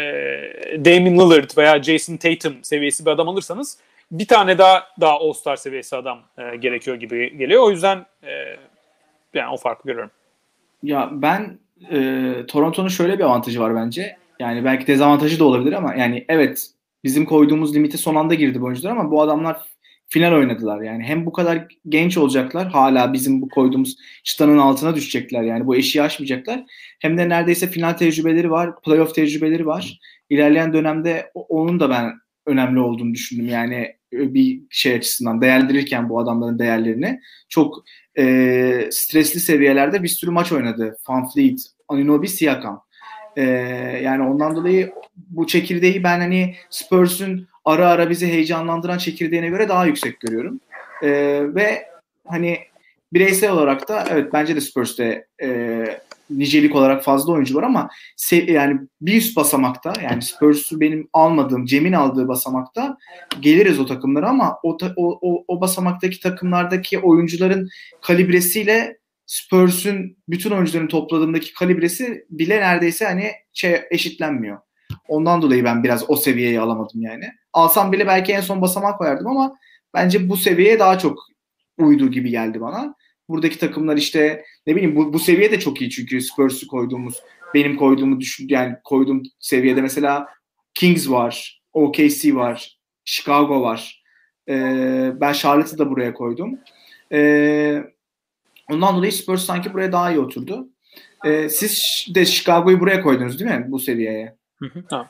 e, Damian Lillard veya Jason Tatum seviyesi bir adam alırsanız bir tane daha daha All-Star seviyesi adam e, gerekiyor gibi geliyor. O yüzden e, yani o farkı görüyorum. Ya ben e, Toronto'nun şöyle bir avantajı var bence. Yani belki dezavantajı da olabilir ama yani evet bizim koyduğumuz limite son anda girdi bu oyuncular ama bu adamlar final oynadılar. Yani hem bu kadar genç olacaklar hala bizim bu koyduğumuz çıtanın altına düşecekler. Yani bu eşiği aşmayacaklar. Hem de neredeyse final tecrübeleri var, playoff tecrübeleri var. İlerleyen dönemde onun da ben önemli olduğunu düşündüm. Yani bir şey açısından değerlendirirken bu adamların değerlerini çok e, stresli seviyelerde bir sürü maç oynadı. VanVleet, Anunoby, Siakam. E, yani ondan dolayı bu çekirdeği ben hani Spurs'un ara ara bizi heyecanlandıran çekirdeğine göre daha yüksek görüyorum. E, ve hani bireysel olarak da evet bence de Spurs'te e, nicelik olarak fazla oyuncu var ama se- yani bir üst basamakta yani Spurs'u benim almadığım, Cem'in aldığı basamakta geliriz o takımlara ama o, ta- o, o, o basamaktaki takımlardaki oyuncuların kalibresiyle Spurs'un bütün oyuncuların topladığındaki kalibresi bile neredeyse hani şey eşitlenmiyor. Ondan dolayı ben biraz o seviyeyi alamadım yani. Alsam bile belki en son basamağa koyardım ama bence bu seviyeye daha çok uydu gibi geldi bana. Buradaki takımlar işte ne bileyim bu, bu seviye de çok iyi çünkü Spurs'u koyduğumuz benim koyduğumu düşün yani koyduğum seviyede mesela Kings var, O K C var, Chicago var. Ee, ben Charlotte'ı da buraya koydum. Ee, ondan dolayı Spurs sanki buraya daha iyi oturdu. Ee, siz de Chicago'yu buraya koydunuz değil mi bu seviyeye? Hı hı, tamam.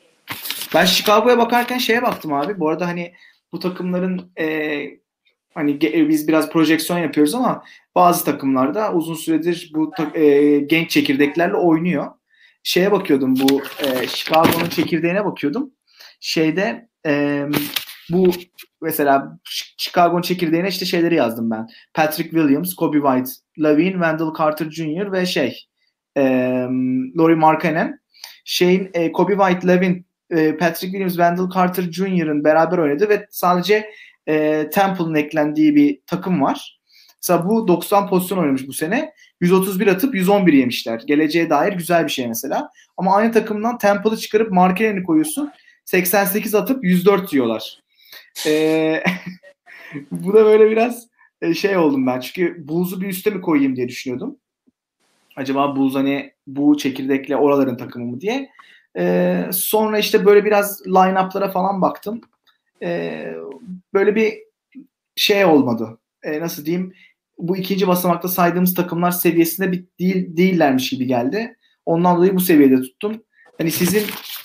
Ben Chicago'ya bakarken şeye baktım abi. Bu arada hani bu takımların e, hani biz biraz projeksiyon yapıyoruz ama bazı takımlarda uzun süredir bu e, genç çekirdeklerle oynuyor. Şeye bakıyordum bu e, Chicago'nun çekirdeğine bakıyordum. Şeyde e, bu mesela Chicago'nun çekirdeğine işte şeyleri yazdım ben. Patrick Williams, Kobe White, Lavine, Wendell Carter Junior ve şey e, Lauri Markkanen. Şeyin e, Kobe White, Lavine, e, Patrick Williams, Wendell Carter Junior'ın beraber oynadı ve sadece e, Temple'ın eklendiği bir takım var. Mesela bu doksan pozisyon oynamış bu sene. yüz otuz bir atıp yüz on bir yemişler. Geleceğe dair güzel bir şey mesela. Ama aynı takımdan Temple'ı çıkarıp Markkanen'i koyuyorsun. seksen sekiz atıp yüz dört yiyorlar. E, bu da böyle biraz şey oldum ben. Çünkü Bulls'u bir üste mi koyayım diye düşünüyordum. Acaba Bulls hani bu çekirdekle oraların takımı mı diye. E, sonra işte böyle biraz line-up'lara falan baktım. E, böyle bir şey olmadı. E, nasıl diyeyim? Bu ikinci basamakta saydığımız takımlar seviyesinde bir değil, değillermiş gibi geldi. Ondan dolayı bu seviyede tuttum. Hani sizin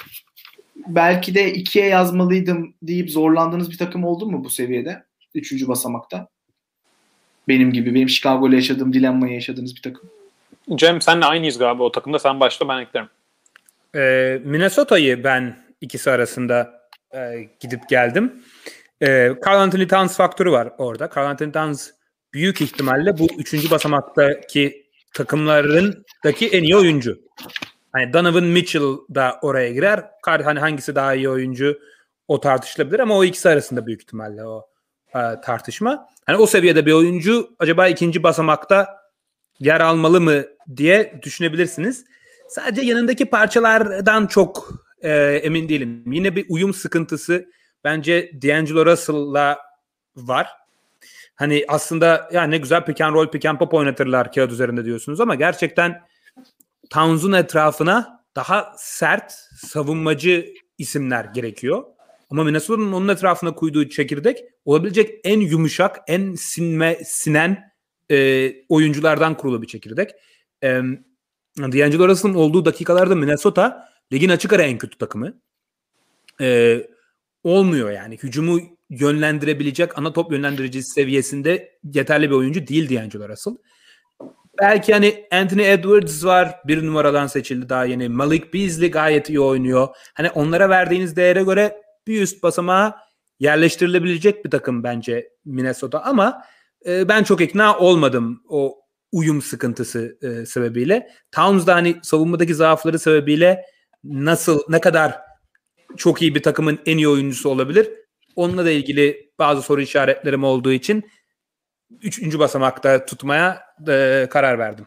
belki de ikiye yazmalıydım deyip zorlandığınız bir takım oldu mu bu seviyede? Üçüncü basamakta. Benim gibi. Benim Chicago ile yaşadığım dilemmayı yaşadığınız bir takım. Cem senle aynıyız galiba o takımda. Sen başla ben eklerim. Ee, Minnesota'yı ben ikisi arasında e, gidip geldim. Ee, Karl Anthony Towns faktörü var orada. Karl Anthony Towns büyük ihtimalle bu üçüncü basamaktaki takımlarındaki en iyi oyuncu. Hani Donovan Mitchell da oraya girer. Hani hangisi daha iyi oyuncu o tartışılabilir ama o ikisi arasında büyük ihtimalle o e, tartışma. Hani o seviyede bir oyuncu acaba ikinci basamakta yer almalı mı diye düşünebilirsiniz. Sadece yanındaki parçalardan çok e, emin değilim. Yine bir uyum sıkıntısı bence D'Angelo Russell'la var. Hani aslında ya ne güzel pick and roll, pick and pop oynatırlar kağıt üzerinde diyorsunuz ama gerçekten Towns'un etrafına daha sert, savunmacı isimler gerekiyor. Ama Minnesota'nın onun etrafına koyduğu çekirdek olabilecek en yumuşak, en sinme, sinen e, oyunculardan kurulu bir çekirdek. E, D'Angelo Russell'ın olduğu dakikalarda Minnesota ligin açık ara en kötü takımı. E, olmuyor yani. Hücumu yönlendirebilecek ana top yönlendiricisi seviyesinde yeterli bir oyuncu değil D'Angelo Russell. Belki hani Anthony Edwards var. Bir numaradan seçildi daha yeni. Malik Beasley gayet iyi oynuyor. Hani onlara verdiğiniz değere göre bir üst basamağa yerleştirilebilecek bir takım bence Minnesota ama e, ben çok ikna olmadım o uyum sıkıntısı e, sebebiyle. Towns da hani savunmadaki zaafları sebebiyle nasıl ne kadar çok iyi bir takımın en iyi oyuncusu olabilir? Onunla da ilgili bazı soru işaretlerim olduğu için üçüncü basamakta tutmaya e, karar verdim.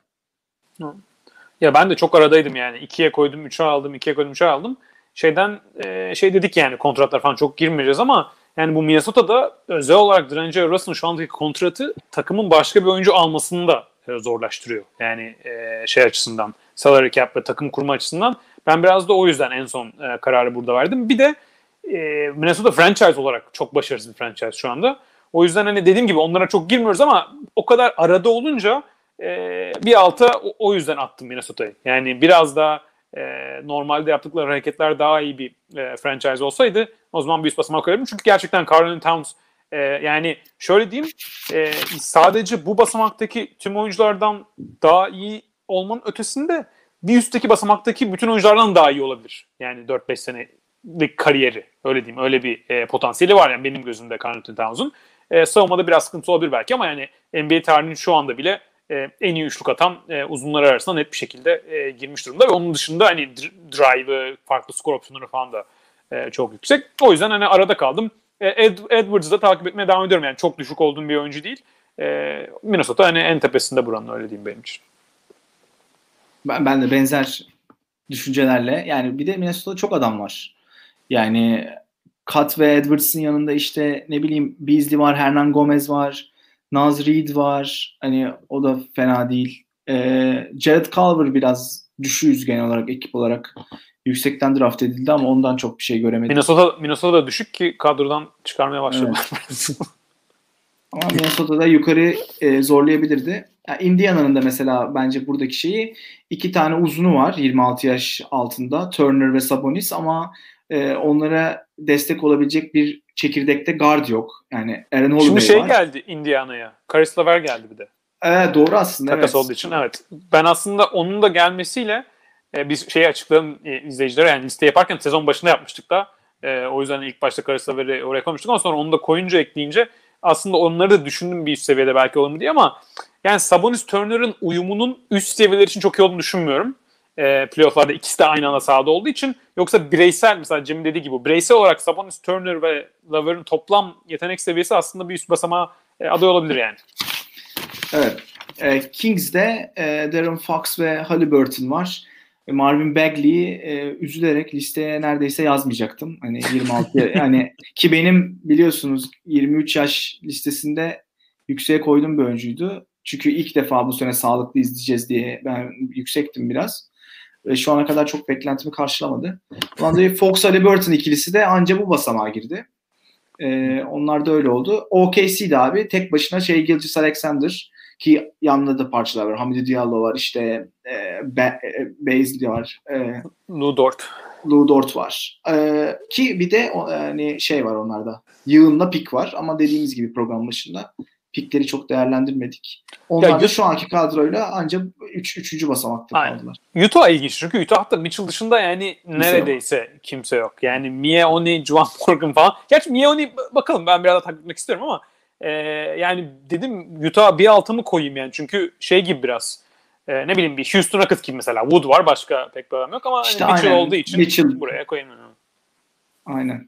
Ya ben de çok aradaydım yani. ikiye koydum, üçe aldım, ikiye koydum, üçe aldım. Şeyden e, şey dedik yani kontratlar falan çok girmeyeceğiz ama yani bu Minnesota'da özel olarak D'Angelo Russell'ın şu andaki kontratı takımın başka bir oyuncu almasını da e, zorlaştırıyor. Yani e, şey açısından, salary cap ve takım kurma açısından ben biraz da o yüzden en son e, kararı burada verdim. Bir de e, Minnesota franchise olarak çok başarısız bir franchise şu anda. O yüzden hani dediğim gibi onlara çok girmiyoruz ama o kadar arada olunca e, bir alta o, o yüzden attım Minnesota'yı. Yani biraz daha e, normalde yaptıkları hareketler daha iyi bir e, franchise olsaydı o zaman bir üst basamak koyarım. Çünkü gerçekten Karl-Anthony Towns e, yani şöyle diyeyim e, sadece bu basamaktaki tüm oyunculardan daha iyi olmanın ötesinde bir üstteki basamaktaki bütün oyunculardan daha iyi olabilir. Yani dört beş senelik kariyeri öyle diyeyim. Öyle bir e, potansiyeli var yani benim gözümde Karl-Anthony Towns'un. E, savunmada biraz sıkıntı olabilir belki ama yani N B A tarihinin şu anda bile e, en iyi üçlük atan e, uzunlar arasında net bir şekilde e, girmiş durumda ve onun dışında hani drive'ı, farklı skor opsiyonları falan da e, çok yüksek. O yüzden hani arada kaldım. E, Ed, Edwards'ı da takip etmeye devam ediyorum. Yani çok düşük olduğum bir oyuncu değil. E, Minnesota hani en tepesinde buranın öyle diyeyim benim için. Ben, ben de benzer düşüncelerle yani bir de Minnesota'da çok adam var. Yani Kat ve Edwards'ın yanında işte ne bileyim Beasley var, Hernan Gomez var, Naz Reid var. Hani o da fena değil. Ee, Jared Culver biraz düşüğüz genel olarak ekip olarak. Yüksekten draft edildi ama ondan çok bir şey göremedik. Minnesota Minnesota da düşük ki kadrodan çıkarmaya başladılar. Evet. Ama Minnesota'da yukarı e, zorlayabilirdi. Yani Indiana'nın da mesela bence buradaki şeyi iki tane uzunu var yirmi altı yaş altında. Turner ve Sabonis ama e, onlara destek olabilecek bir çekirdekte guard yok. Yani Aaron Holiday var. Şimdi şey var. Geldi Indiana'ya. Caris LeVert geldi bir de. Evet doğru aslında. Takas evet. olduğu için evet. Ben aslında onun da gelmesiyle e, biz şeyi açıkladım e, izleyicilere yani liste yaparken sezon başında yapmıştık da e, o yüzden ilk başta Caris LeVert'i oraya koymuştuk ama sonra onu da koyunca ekleyince aslında onları da düşündüm bir üst seviyede belki olur mu diye ama yani Sabonis Turner'ın uyumunun üst seviyeler için çok iyi olduğunu düşünmüyorum. E, playoff'larda ikisi de aynı anda sahada olduğu için yoksa bireysel mesela Cem'in dediği gibi bireysel olarak Sabonis Turner ve LeVert'in toplam yetenek seviyesi aslında bir üst basamağa e, aday olabilir yani. Evet. E, Kings'de e, Darren Fox ve Haliburton var. E, Marvin Bagley'i e, üzülerek listeye neredeyse yazmayacaktım. Hani yirmi altı yani ki benim biliyorsunuz yirmi üç yaş listesinde yükseğe koyduğum bir oyuncuydu. Çünkü ilk defa bu sene sağlıklı izleyeceğiz diye ben yüksektim biraz. Ve şu ana kadar çok beklentimi karşılamadı. Ondan dolayı Fox Haliburton ikilisi de anca bu basamağa girdi. Ee, onlar da öyle oldu. O K C'de abi tek başına şey Gilgeous-Alexander ki yanında da parçalar var. Hamidou Diallo var işte e, Be- e, Beasley var. E, Lou Dort. Lou Dort var. E, ki bir de o, yani şey var onlarda. Yığınla pik var ama dediğimiz gibi program başında pikleri çok değerlendirmedik. Onlar ya, da şu anki kadroyla ancak üç, üçüncü basamakta aynen. kaldılar. Utah ilginç çünkü Utah'ta Mitchell dışında yani kimse neredeyse yok. kimse yok. Yani Mie Oni, Juwan Morgan falan. Gerçi Mie Oni bakalım ben biraz daha takip etmek istiyorum ama e, yani dedim Utah bir alta mı koyayım yani çünkü şey gibi biraz e, ne bileyim bir Houston Rockets gibi mesela Wood var başka pek bir adam yok ama işte hani Mitchell aynen. olduğu için Mitchell. buraya koyayım. Aynen.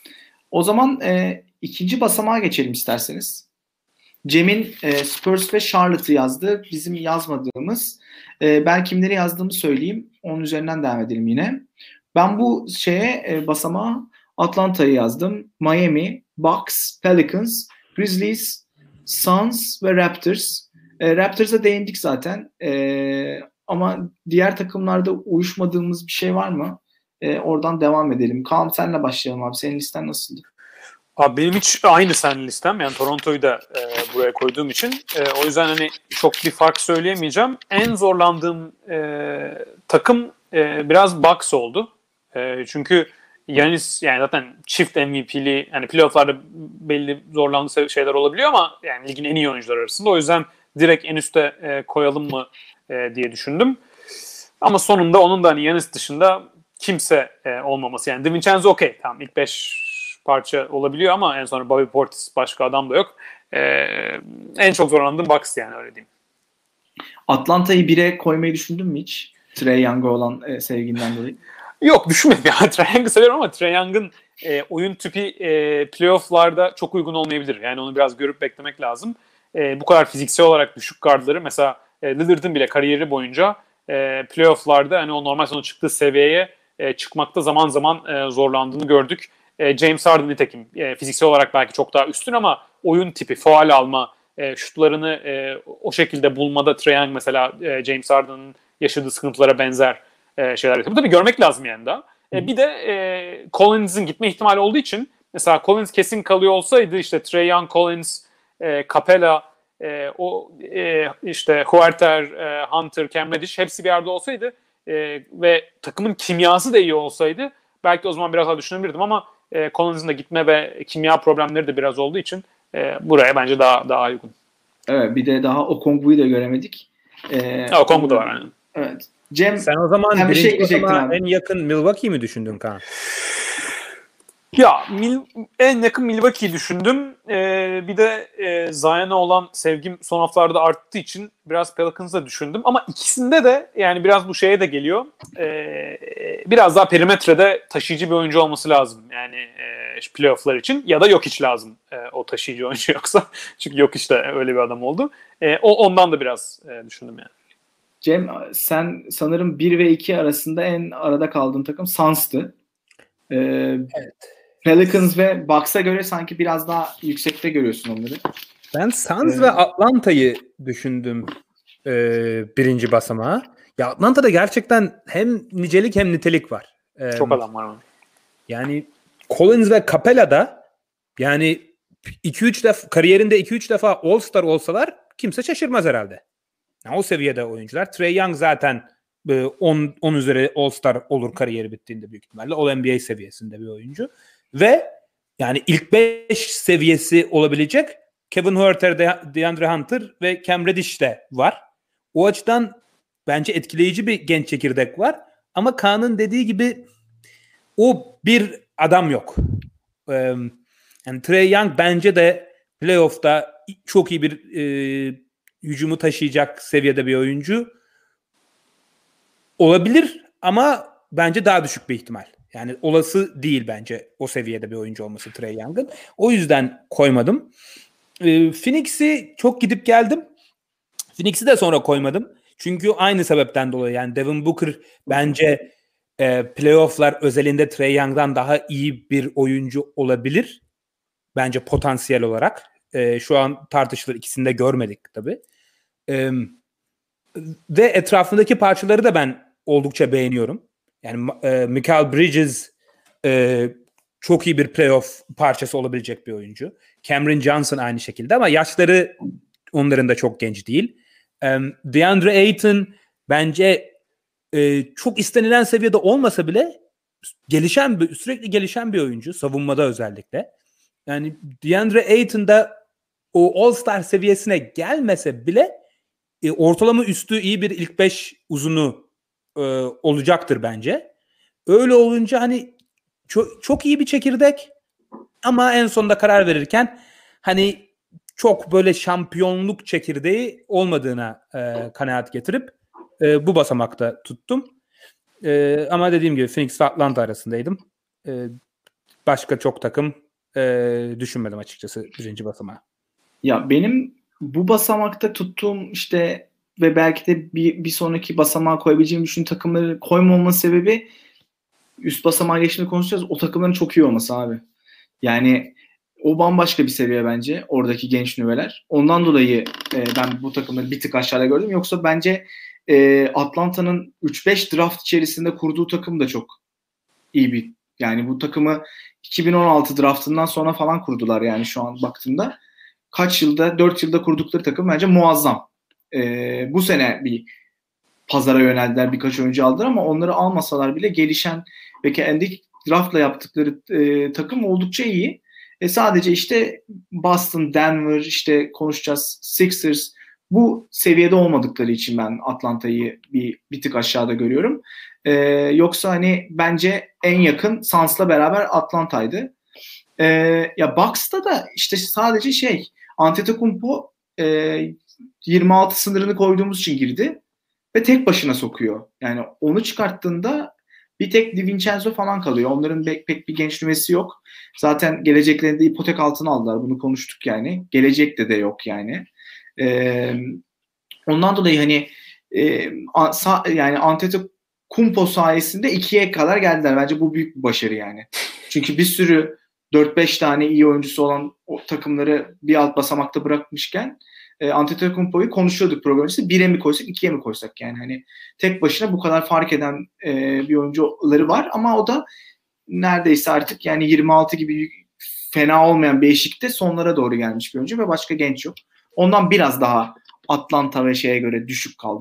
O zaman e, ikinci basamağa geçelim isterseniz. Cem'in e, Spurs ve Charlotte'ı yazdı. Bizim yazmadığımız. E, ben kimleri yazdığımı söyleyeyim. Onun üzerinden devam edelim yine. Ben bu şeye e, basamağa Atlanta'yı yazdım. Miami, Bucks, Pelicans, Grizzlies, Suns ve Raptors. E, Raptors'a değindik zaten. E, ama diğer takımlarda uyuşmadığımız bir şey var mı? E, oradan devam edelim. Kaan senle başlayalım abi. Senin listen nasıldı? Abi benim hiç aynı senin listem. Yani Toronto'yu da e, buraya koyduğum için. E, o yüzden hani çok bir fark söyleyemeyeceğim. En zorlandığım e, takım e, biraz Bucks oldu. E, çünkü Giannis yani zaten çift M V P'li yani playoff'larda belli zorlandığı şeyler olabiliyor ama yani ligin en iyi oyuncuları arasında. O yüzden direkt en üste e, koyalım mı e, diye düşündüm. Ama sonunda onun da hani Giannis dışında kimse e, olmaması. Yani DiVincenzo okey. Tamam ilk beş parça olabiliyor ama en sonra Bobby Portis başka adam da yok. Ee, en çok zorlandığım Bucks yani öyle diyeyim. Atlanta'yı bire koymayı düşündün mü hiç? Trae Young'a olan e, sevginden dolayı. Yok düşünmedim ya. Trae Young'ı seviyorum ama Trae Young'ın e, oyun tipi e, playoff'larda çok uygun olmayabilir. Yani onu biraz görüp beklemek lazım. E, bu kadar fiziksel olarak düşük gardları mesela e, Lillard'ın bile kariyeri boyunca e, playoff'larda hani o normal sonu çıktığı seviyeye e, çıkmakta zaman zaman e, zorlandığını gördük. James Harden nitekim e, fiziksel olarak belki çok daha üstün ama oyun tipi, faul alma, e, şutlarını e, o şekilde bulmada Trae Young mesela e, James Harden'ın yaşadığı sıkıntılara benzer e, şeyler yapıyor. Bu tabii görmek lazım yani daha. E, bir de e, Collins'in gitme ihtimali olduğu için mesela Collins kesin kalıyor olsaydı işte Trae Young, Collins, e, Capella, e, o e, işte Huerter, e, Hunter, Cam Reddish hepsi bir yerde olsaydı e, ve takımın kimyası da iyi olsaydı belki o zaman biraz daha düşünebilirdim ama e, Collins'in de gitme ve kimya problemleri de biraz olduğu için e, buraya bence daha daha uygun. Evet, bir de daha Okongwu'yu da göremedik. Ee, Okongwu da var yani. Evet. Cem, sen o zaman sen bir şey birinci ekleyecektin basamağa abi. en yakın Milwaukee mi düşündün Kaan? Ya Mil, en yakın Milwaukee'yi düşündüm. Ee, bir de e, Zion'a olan sevgim son haftalarda arttığı için biraz Pelicans'ı düşündüm. Ama ikisinde de yani biraz bu şeye de geliyor. Ee, biraz daha perimetrede taşıyıcı bir oyuncu olması lazım. Yani e, playoff'lar için ya da Jokic lazım e, o taşıyıcı oyuncu yoksa. Çünkü Jokic de öyle bir adam oldu. E, o ondan da biraz e, düşündüm yani. Cem, sen sanırım bir ve iki arasında en arada kaldığın takım Suns'tı. Ee, Evet. Pelicans ve Bucks'a göre sanki biraz daha yüksekte görüyorsun onları. Ben Suns Ee, ve Atlanta'yı düşündüm e, birinci basamağa. Ya Atlanta'da gerçekten hem nicelik hem nitelik var. E, Çok adam var mı? Yani Collins ve Capella'da yani iki üç defa kariyerinde iki üç defa All-Star olsalar kimse şaşırmaz herhalde. Yani o seviyede oyuncular. Trae Young zaten on on üzeri All-Star olur kariyeri bittiğinde büyük ihtimalle. All-N B A seviyesinde bir oyuncu. Ve yani ilk beş seviyesi olabilecek Kevin Huerter, DeAndre Hunter ve Cam Reddish de var. O açıdan bence etkileyici bir genç çekirdek var. Ama Kaan'ın dediği gibi o bir adam yok. Ee, yani Trae Young bence de playoff'ta çok iyi bir e, hücumu taşıyacak seviyede bir oyuncu olabilir ama bence daha düşük bir ihtimal. Yani olası değil bence o seviyede bir oyuncu olması Trae Young'ın. O yüzden koymadım. Ee, Phoenix'i çok gidip geldim. Phoenix'i de sonra koymadım. Çünkü aynı sebepten dolayı yani Devin Booker bence e, playoff'lar özelinde Trae Young'dan daha iyi bir oyuncu olabilir. Bence potansiyel olarak. E, şu an tartışılır. İkisini de görmedik tabii. E, ve etrafındaki parçaları da ben oldukça beğeniyorum. Yani e, Mikal Bridges e, çok iyi bir playoff parçası olabilecek bir oyuncu. Cameron Johnson aynı şekilde ama yaşları onların da çok genç değil. E, DeAndre Ayton bence e, çok istenilen seviyede olmasa bile gelişen bir, sürekli gelişen bir oyuncu. Savunmada özellikle. Yani DeAndre Ayton da o All-Star seviyesine gelmese bile e, ortalama üstü iyi bir ilk beş uzunu e, olacaktır bence. Öyle olunca hani çok, çok iyi bir çekirdek ama en sonunda karar verirken hani çok böyle şampiyonluk çekirdeği olmadığına e, kanaat getirip e, bu basamakta tuttum. E, ama dediğim gibi Phoenix ve Atlanta arasındaydım. E, başka çok takım e, düşünmedim açıkçası birinci basamağa. Ya benim bu basamakta tuttuğum işte ve belki de bir, bir sonraki basamağa koyabileceğim düşündüğüm takımları koymamamın sebebi üst basamağa geçtiğinde konuşacağız. O takımların çok iyi olması abi. Yani o bambaşka bir seviye bence oradaki genç nüveler. Ondan dolayı e, ben bu takımları bir tık aşağıda gördüm. Yoksa bence e, Atlanta'nın üç beş draft içerisinde kurduğu takım da çok iyi bir. Yani bu takımı iki bin on altı draftından sonra falan kurdular yani şu an baktığımda. Kaç yılda, dört yılda kurdukları takım bence muazzam. Ee, bu sene bir pazara yöneldiler, birkaç oyuncu aldılar ama onları almasalar bile gelişen ve kendi draftla yaptıkları e, takım oldukça iyi. E, sadece işte Boston, Denver, işte konuşacağız Sixers bu seviyede olmadıkları için ben Atlanta'yı bir, bir tık aşağıda görüyorum. E, yoksa hani bence en yakın Suns'la beraber Atlanta'ydı. E, ya Bucks'ta da işte sadece şey Antetokounmpo e, yirmi altı sınırını koyduğumuz için girdi ve tek başına sokuyor. Yani onu çıkarttığında bir tek DiVincenzo falan kalıyor. Onların pek, pek bir genç nüvesi yok. Zaten geleceklerinde ipotek altına aldılar. Bunu konuştuk yani. Gelecekte de yok yani. Ee, ondan dolayı hani e, sa, yani Antetokounmpo sayesinde ikiye kadar geldiler. Bence bu büyük bir başarı yani. Çünkü bir sürü dört beş tane iyi oyuncusu olan o takımları bir alt basamakta bırakmışken e, Antetokounmpo'yu konuşuyorduk programcısı. Bire mi koysak, ikiye mi koysak yani hani tek başına bu kadar fark eden e, bir oyuncuları var ama o da neredeyse artık yani yirmi altı gibi fena olmayan Beşik'te sonlara doğru gelmiş bir oyuncu ve başka genç yok. Ondan biraz daha Atlanta ve şeye göre düşük kaldım.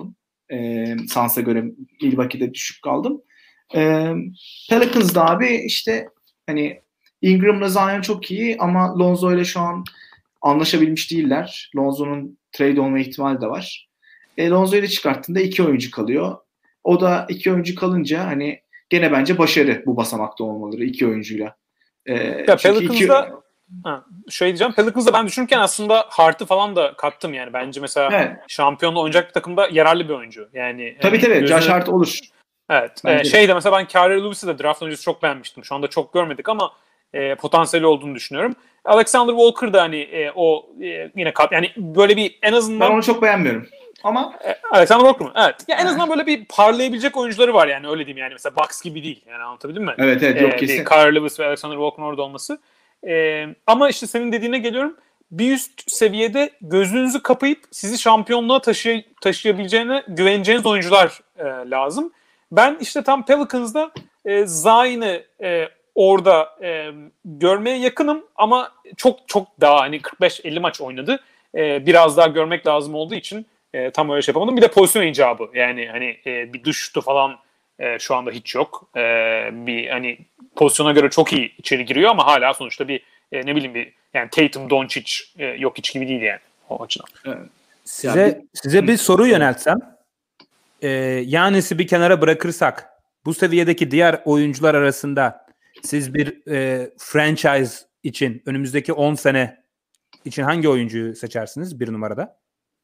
E, Suns'a göre Milwaukee'de düşük kaldım. E, Pelicans'da abi işte hani Ingram'la Zion çok iyi ama Lonzo ile şu an anlaşabilmiş değiller. Lonzo'nun trade olma ihtimali de var. E, Lonzo'yu da çıkarttığında iki oyuncu kalıyor. O da iki oyuncu kalınca hani gene bence başarı bu basamakta olmaları iki oyuncuyla. E, ya Pelicans'da iki... Ha, şey diyeceğim. Pelicans'da ben düşünürken aslında Hart'ı falan da kattım yani. Bence mesela evet. Şampiyonla oynayacak bir takımda yararlı bir oyuncu. Yani tabii tabii. Gözü... Josh Hart olur. Evet. E, şey de mesela ben Kyrie Lewis'i de draft öncesi çok beğenmiştim. Şu anda çok görmedik ama e, potansiyeli olduğunu düşünüyorum. Alexander Walker da hani e, o e, yine kat yani böyle bir en azından ben onu çok beğenmiyorum. Ama e, Alexander Walker mı? Evet. Ya en azından böyle bir parlayabilecek oyuncuları var yani öyle diyeyim yani mesela Bucks gibi değil. Yani anlatabildim mi? Evet evet yok e, kesin. Kyrie Lewis ve Alexander Walker'ın orada olması. Ee, ama işte senin dediğine geliyorum. Bir üst seviyede gözünüzü kapayıp sizi şampiyonluğa taşıy- taşıyabileceğine güveneceğiniz oyuncular e, lazım. Ben işte tam Pelicans'da e, Zion'ı e, orada e, görmeye yakınım ama çok çok daha hani kırk beş elli maç oynadı. E, biraz daha görmek lazım olduğu için e, tam öyle şey yapamadım. Bir de pozisyon icabı. Yani hani e, bir dış şutu falan e, şu anda hiç yok. E, bir hani pozisyona göre çok iyi içeri giriyor ama hala sonuçta bir e, ne bileyim bir yani Tatum, Doncic e, yok hiç gibi değil yani o açıdan. Evet. Size yani, size bir soru yöneltsem e, Giannis'i bir kenara bırakırsak bu seviyedeki diğer oyuncular arasında siz bir e, franchise için önümüzdeki on sene için hangi oyuncuyu seçersiniz bir numarada?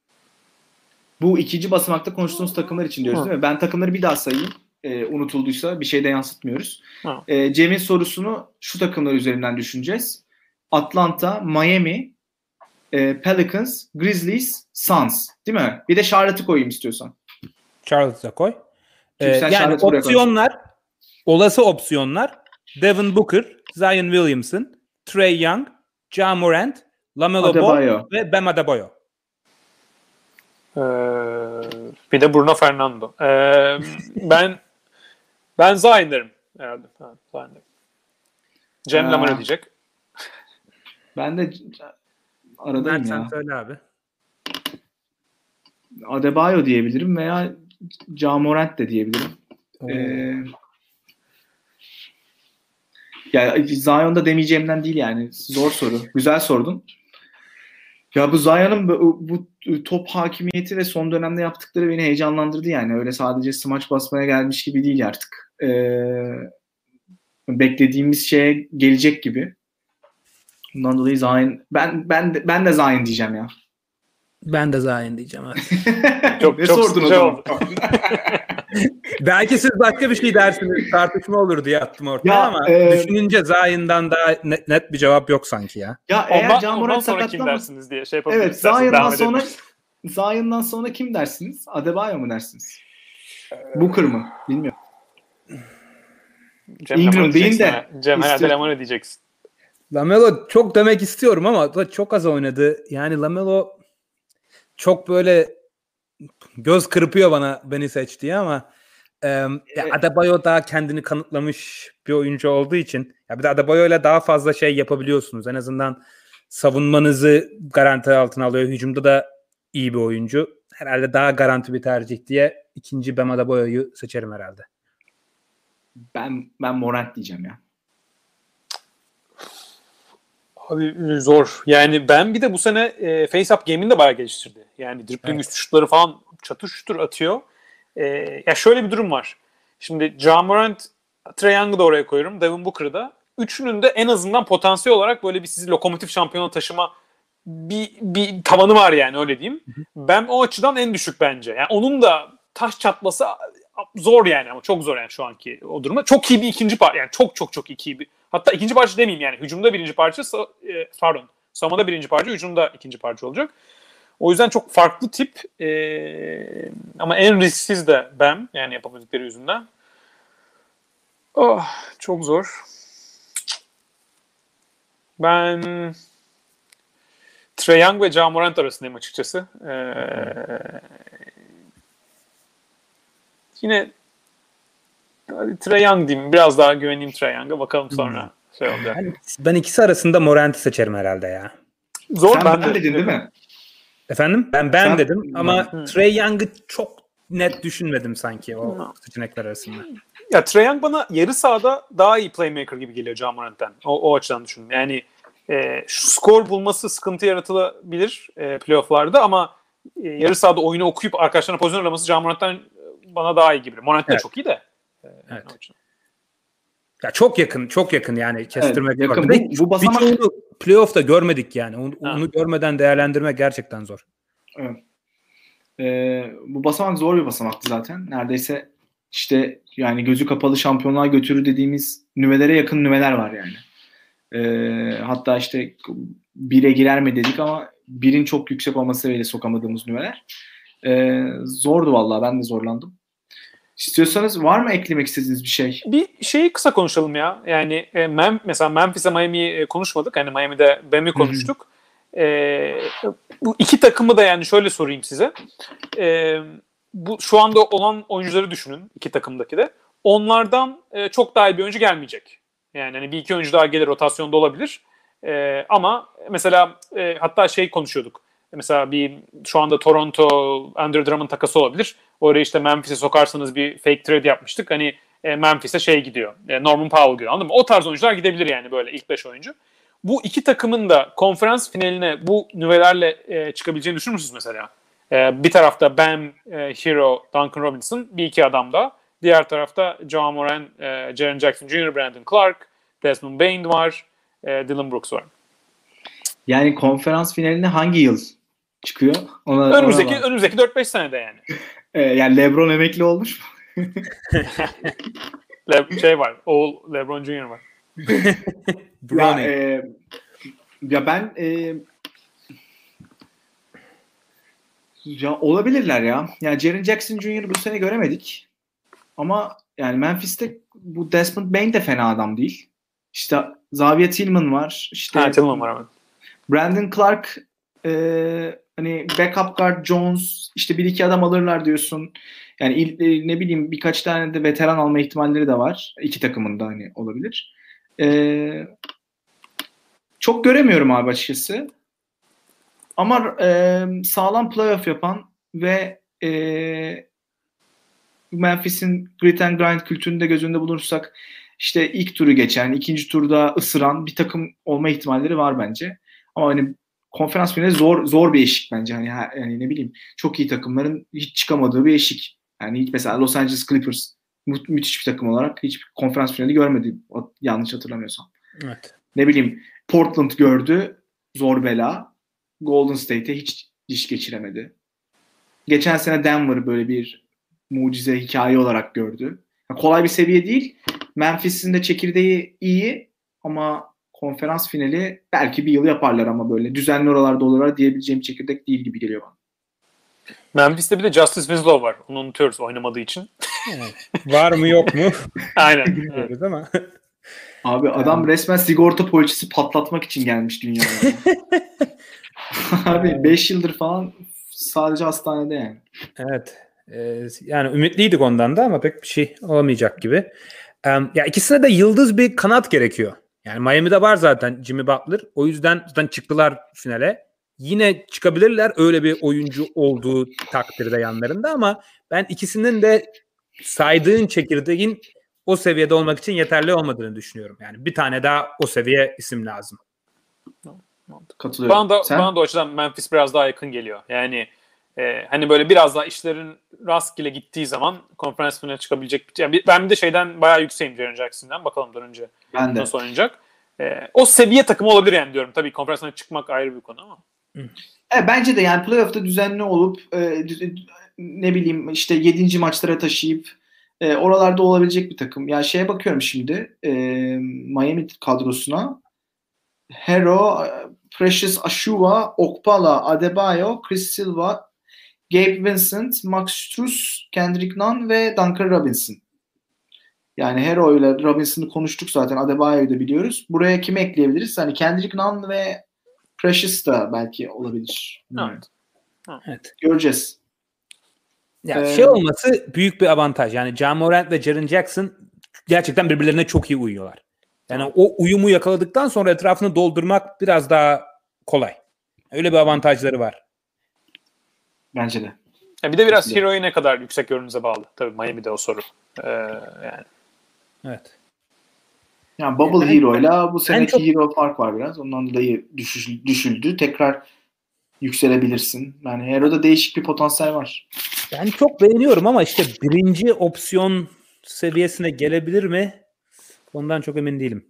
Bu ikinci basamakta konuştuğumuz takımlar için diyoruz Hı. değil mi? Ben takımları bir daha sayayım. E, unutulduysa bir şey de yansıtmıyoruz. E, Cem'in sorusunu şu takımlar üzerinden düşüneceğiz. Atlanta, Miami, e, Pelicans, Grizzlies, Suns. Değil mi? Bir de Charlotte'ı koyayım istiyorsan. Charlotte'ı koy. Ee, yani opsiyonlar, olası opsiyonlar Devin Booker, Zion Williamson, Trae Young, Ja Morant, LaMelo Ball ve Bam Adebayo. Ee, bir de Bruno Fernando. Ee, ben ben Zion derim herhalde. Ha, Zion derim. Cem LaMelo diyecek. Ben de aradayım ben ya. Sen söyle abi. Adebayo diyebilirim veya Ja Morant de diyebilirim. Ee, ya Zion'da demeyeceğimden değil yani. Zor soru. Güzel sordun. Ya bu Zion'ın bu, bu top hakimiyeti ve son dönemde yaptıkları beni heyecanlandırdı yani. Öyle sadece smaç basmaya gelmiş gibi değil artık. Ee, beklediğimiz şeye gelecek gibi. Bundan dolayı Zion ben ben de, ben de Zion diyeceğim ya. Ben de Zion diyeceğim evet. çok ne çok sordun o zaman? Belki siz başka bir şey dersiniz. Tartışma olur diye attım ortaya ya, ama e... düşününce Zion'dan daha net, net bir cevap yok sanki ya. Ya ondan, eğer Ja Morant sakatlanmaz dersiniz diye şey yapabiliriz. Evet, Zion'dan sonra Zion'dan sonra kim dersiniz? Adebayo mu dersiniz? Ee... Booker mı? Bilmiyorum. Cem Ingram değil de. Cem herhalde LaMelo diyeceksin. LaMelo çok demek istiyorum ama çok az oynadı. Yani LaMelo çok böyle göz kırpıyor bana beni seç diye ama e, evet. ya Adebayo daha kendini kanıtlamış bir oyuncu olduğu için ya bir de Adebayo ile daha fazla şey yapabiliyorsunuz. En azından savunmanızı garanti altına alıyor. Hücumda da iyi bir oyuncu. Herhalde daha garanti bir tercih diye ikinci Bam Adebayo'yu seçerim herhalde. Ben ben Morant diyeceğim ya. Abi zor. Yani ben bir de bu sene e, face-up game'ini de bayağı geliştirdi. Yani dribbling evet. üstü şutları falan çatır şutur atıyor. E, ya şöyle bir durum var. Şimdi Ja Morant, Trae Young'ı da oraya koyuyorum. Devin Booker'ı da. Üçünün de en azından potansiyel olarak böyle bir sizi lokomotif şampiyona taşıma bir, bir tavanı var yani öyle diyeyim. Hı hı. Ben o açıdan en düşük bence. Yani onun da taş çatması zor yani ama çok zor yani şu anki o durumda. Çok iyi bir ikinci parça yani çok çok çok iyi bir hatta ikinci parça demeyeyim yani hücumda birinci parça e, pardon savunmada birinci parça hücumda ikinci parça olacak. O yüzden çok farklı tip e, ama en risksiz de Bam yani yapabildikleri yüzünden. Oh, çok zor. Ben Trae Young ve Ja Morant arasındayım açıkçası. Ee, yine Trae Young diyeyim. Biraz daha güveneyim Trae Young'a. Bakalım sonra hmm. şey olacak. Ben, ben ikisi arasında Morant'ı seçerim herhalde ya. Zor. Sen ben, ben dedin değil mi? Efendim? Ben ben Sen, dedim ama hmm. Trae Young'ı çok net düşünmedim sanki o seçenekler arasında. Ya Trae Young bana yarı sahada daha iyi playmaker gibi geliyor Ja Morant'ten. O, o açıdan düşündüm. Yani e, şu skor bulması sıkıntı yaratılabilir e, playoff'larda ama e, yarı sahada oyunu okuyup arkadaşlarına pozisyon araması Ja Morant'ten bana daha iyi gibi. Morant evet. de çok iyi de. E, evet. Ya çok yakın, çok yakın yani kestirmek evet, yakın. zor. Bu, bu basamak... Birçoğunu playoff'ta görmedik yani. Onu, onu görmeden değerlendirmek gerçekten zor. Evet. Ee, bu basamak zor bir basamaktı zaten. Neredeyse işte yani gözü kapalı şampiyonluğa götürür dediğimiz nüvelere yakın nüveler var yani. Ee, hatta işte bire girer mi dedik ama birin çok yüksek olması sebebiyle sokamadığımız nüveler. Ee, zordu vallahi, ben de zorlandım. İstiyorsanız var mı eklemek istediğiniz bir şey? Bir şeyi kısa konuşalım ya. Yani e, Mem mesela Memphis'e Miami'yi e, konuşmadık. Hani Miami'de Bam'i konuştuk. E, bu iki takımı da yani şöyle sorayım size. E, bu şu anda olan oyuncuları düşünün, iki takımdaki de. Onlardan e, çok daha iyi bir oyuncu gelmeyecek. Yani hani bir iki oyuncu daha gelir, rotasyonda olabilir. E, ama mesela e, hatta şey konuşuyorduk. Mesela bir şu anda Toronto Andre Drummond takası olabilir. Oraya işte Memphis'e sokarsanız bir fake trade yapmıştık. Hani e, Memphis'e şey gidiyor. E, Norman Powell gidiyor. Anladın mı? O tarz oyuncular gidebilir yani böyle ilk beş oyuncu. Bu iki takımın da konferans finaline bu nüvelerle e, çıkabileceğini düşünür müsünüz mesela? E, bir tarafta Bam, e, Hero, Duncan Robinson, bir iki adam da. Diğer tarafta Ja Morant, e, Jaren Jackson Junior, Brandon Clark, Desmond Bane var, e, Dillon Brooks var. Yani konferans finaline hangi yıl çıkıyor? Ona, önümüzdeki ona önümüzdeki dört beş senede yani. Ee, yani LeBron emekli olmuş mu? Le- şey var. Oğul LeBron Junior var. ya, e, ya ben e, ya olabilirler ya. Yani Jaren Jackson Junior bu sene göremedik. Ama yani Memphis'te bu Desmond Bane de fena adam değil. İşte Xavier Tillman var. İşte ha, Tillman var. Evet. Brandon Clark e, hani backup guard Jones, işte bir iki adam alırlar diyorsun. Yani il, ne bileyim birkaç tane de veteran alma ihtimalleri de var. İki takımın da hani olabilir. Ee, çok göremiyorum abi açıkçası. Ama e, sağlam playoff yapan ve e, Memphis'in grit and grind kültürünü de göz önünde bulursak işte ilk turu geçen, ikinci turda ısıran bir takım olma ihtimalleri var bence. Ama hani konferans finali zor zor bir eşik bence. Hani yani ne bileyim çok iyi takımların hiç çıkamadığı bir eşik. Yani hiç mesela Los Angeles Clippers mü- müthiş bir takım olarak hiç konferans finali görmedi. Yanlış hatırlamıyorsam. Evet. Ne bileyim Portland gördü. Zor bela. Golden State'e hiç diş geçiremedi. Geçen sene Denver böyle bir mucize hikaye olarak gördü. Yani kolay bir seviye değil. Memphis'in de çekirdeği iyi ama konferans finali belki bir yıl yaparlar ama böyle düzenli oralarda olurlar diyebileceğim çekirdek değil gibi geliyor bana. Memphis'te bir de Justice Winslow var. Onu unutuyoruz oynamadığı için. Evet. Var mı yok mu? Aynen. Bilmiyoruz ama. Abi adam yani resmen sigorta poliçesi patlatmak için gelmiş dünyaya. Abi beş yıldır falan sadece hastanede yani. Evet. Ee, yani ümitliydik ondan da ama pek bir şey olamayacak gibi. Ee, ya ikisine de yıldız bir kanat gerekiyor. Yani Miami'de var zaten Jimmy Butler. O yüzden zaten çıktılar finale. Yine çıkabilirler öyle bir oyuncu olduğu takdirde yanlarında ama ben ikisinin de saydığın çekirdeğin o seviyede olmak için yeterli olmadığını düşünüyorum. Yani bir tane daha o seviye isim lazım. Katılıyorum. Bana da, Sen? bana da o açıdan Memphis biraz daha yakın geliyor. Yani e, hani böyle biraz daha işlerin rastgele gittiği zaman konferans finaline çıkabilecek. Yani ben bir de şeyden bayağı yükseğim Jaren Jackson'dan. Bakalım önce ben de. nasıl oynayacak. E, o seviye takımı olabilir yani diyorum. Tabii konferans finaline çıkmak ayrı bir konu ama. Evet, bence de yani playoff'ta düzenli olup e, ne bileyim işte yedinci maçlara taşıyıp e, oralarda olabilecek bir takım. Yani şeye bakıyorum şimdi e, Miami kadrosuna. Hero, Precious Achiuwa, Okpala, Adebayo, Chris Silva, Gabe Vincent, Max Strus, Kendrick Nunn ve Duncan Robinson. Yani Hero ile Robinson'ı konuştuk zaten. Adebayo'yu da biliyoruz. Buraya kimi ekleyebiliriz? Hani Kendrick Nunn ve Precious da belki olabilir. Evet. Evet. Göreceğiz. Ya ee, şey olması büyük bir avantaj. Yani Ja Morant ve Jaren Jackson gerçekten birbirlerine çok iyi uyuyorlar. Yani tamam. O uyumu yakaladıktan sonra etrafını doldurmak biraz daha kolay. Öyle bir avantajları var. Bence de. Ya bir de biraz Hero'yu ne kadar yüksek gördüğünüze bağlı. Tabii Miami'de o soru. Ee, yani. Evet. Yani Bubble Ben- Hero'yla bu seneki çok- Hero fark var biraz. Ondan dolayı düşüş, düşüldü. Tekrar yükselebilirsin. Yani Hero'da değişik bir potansiyel var. Ben çok beğeniyorum ama işte birinci opsiyon seviyesine gelebilir mi? Ondan çok emin değilim.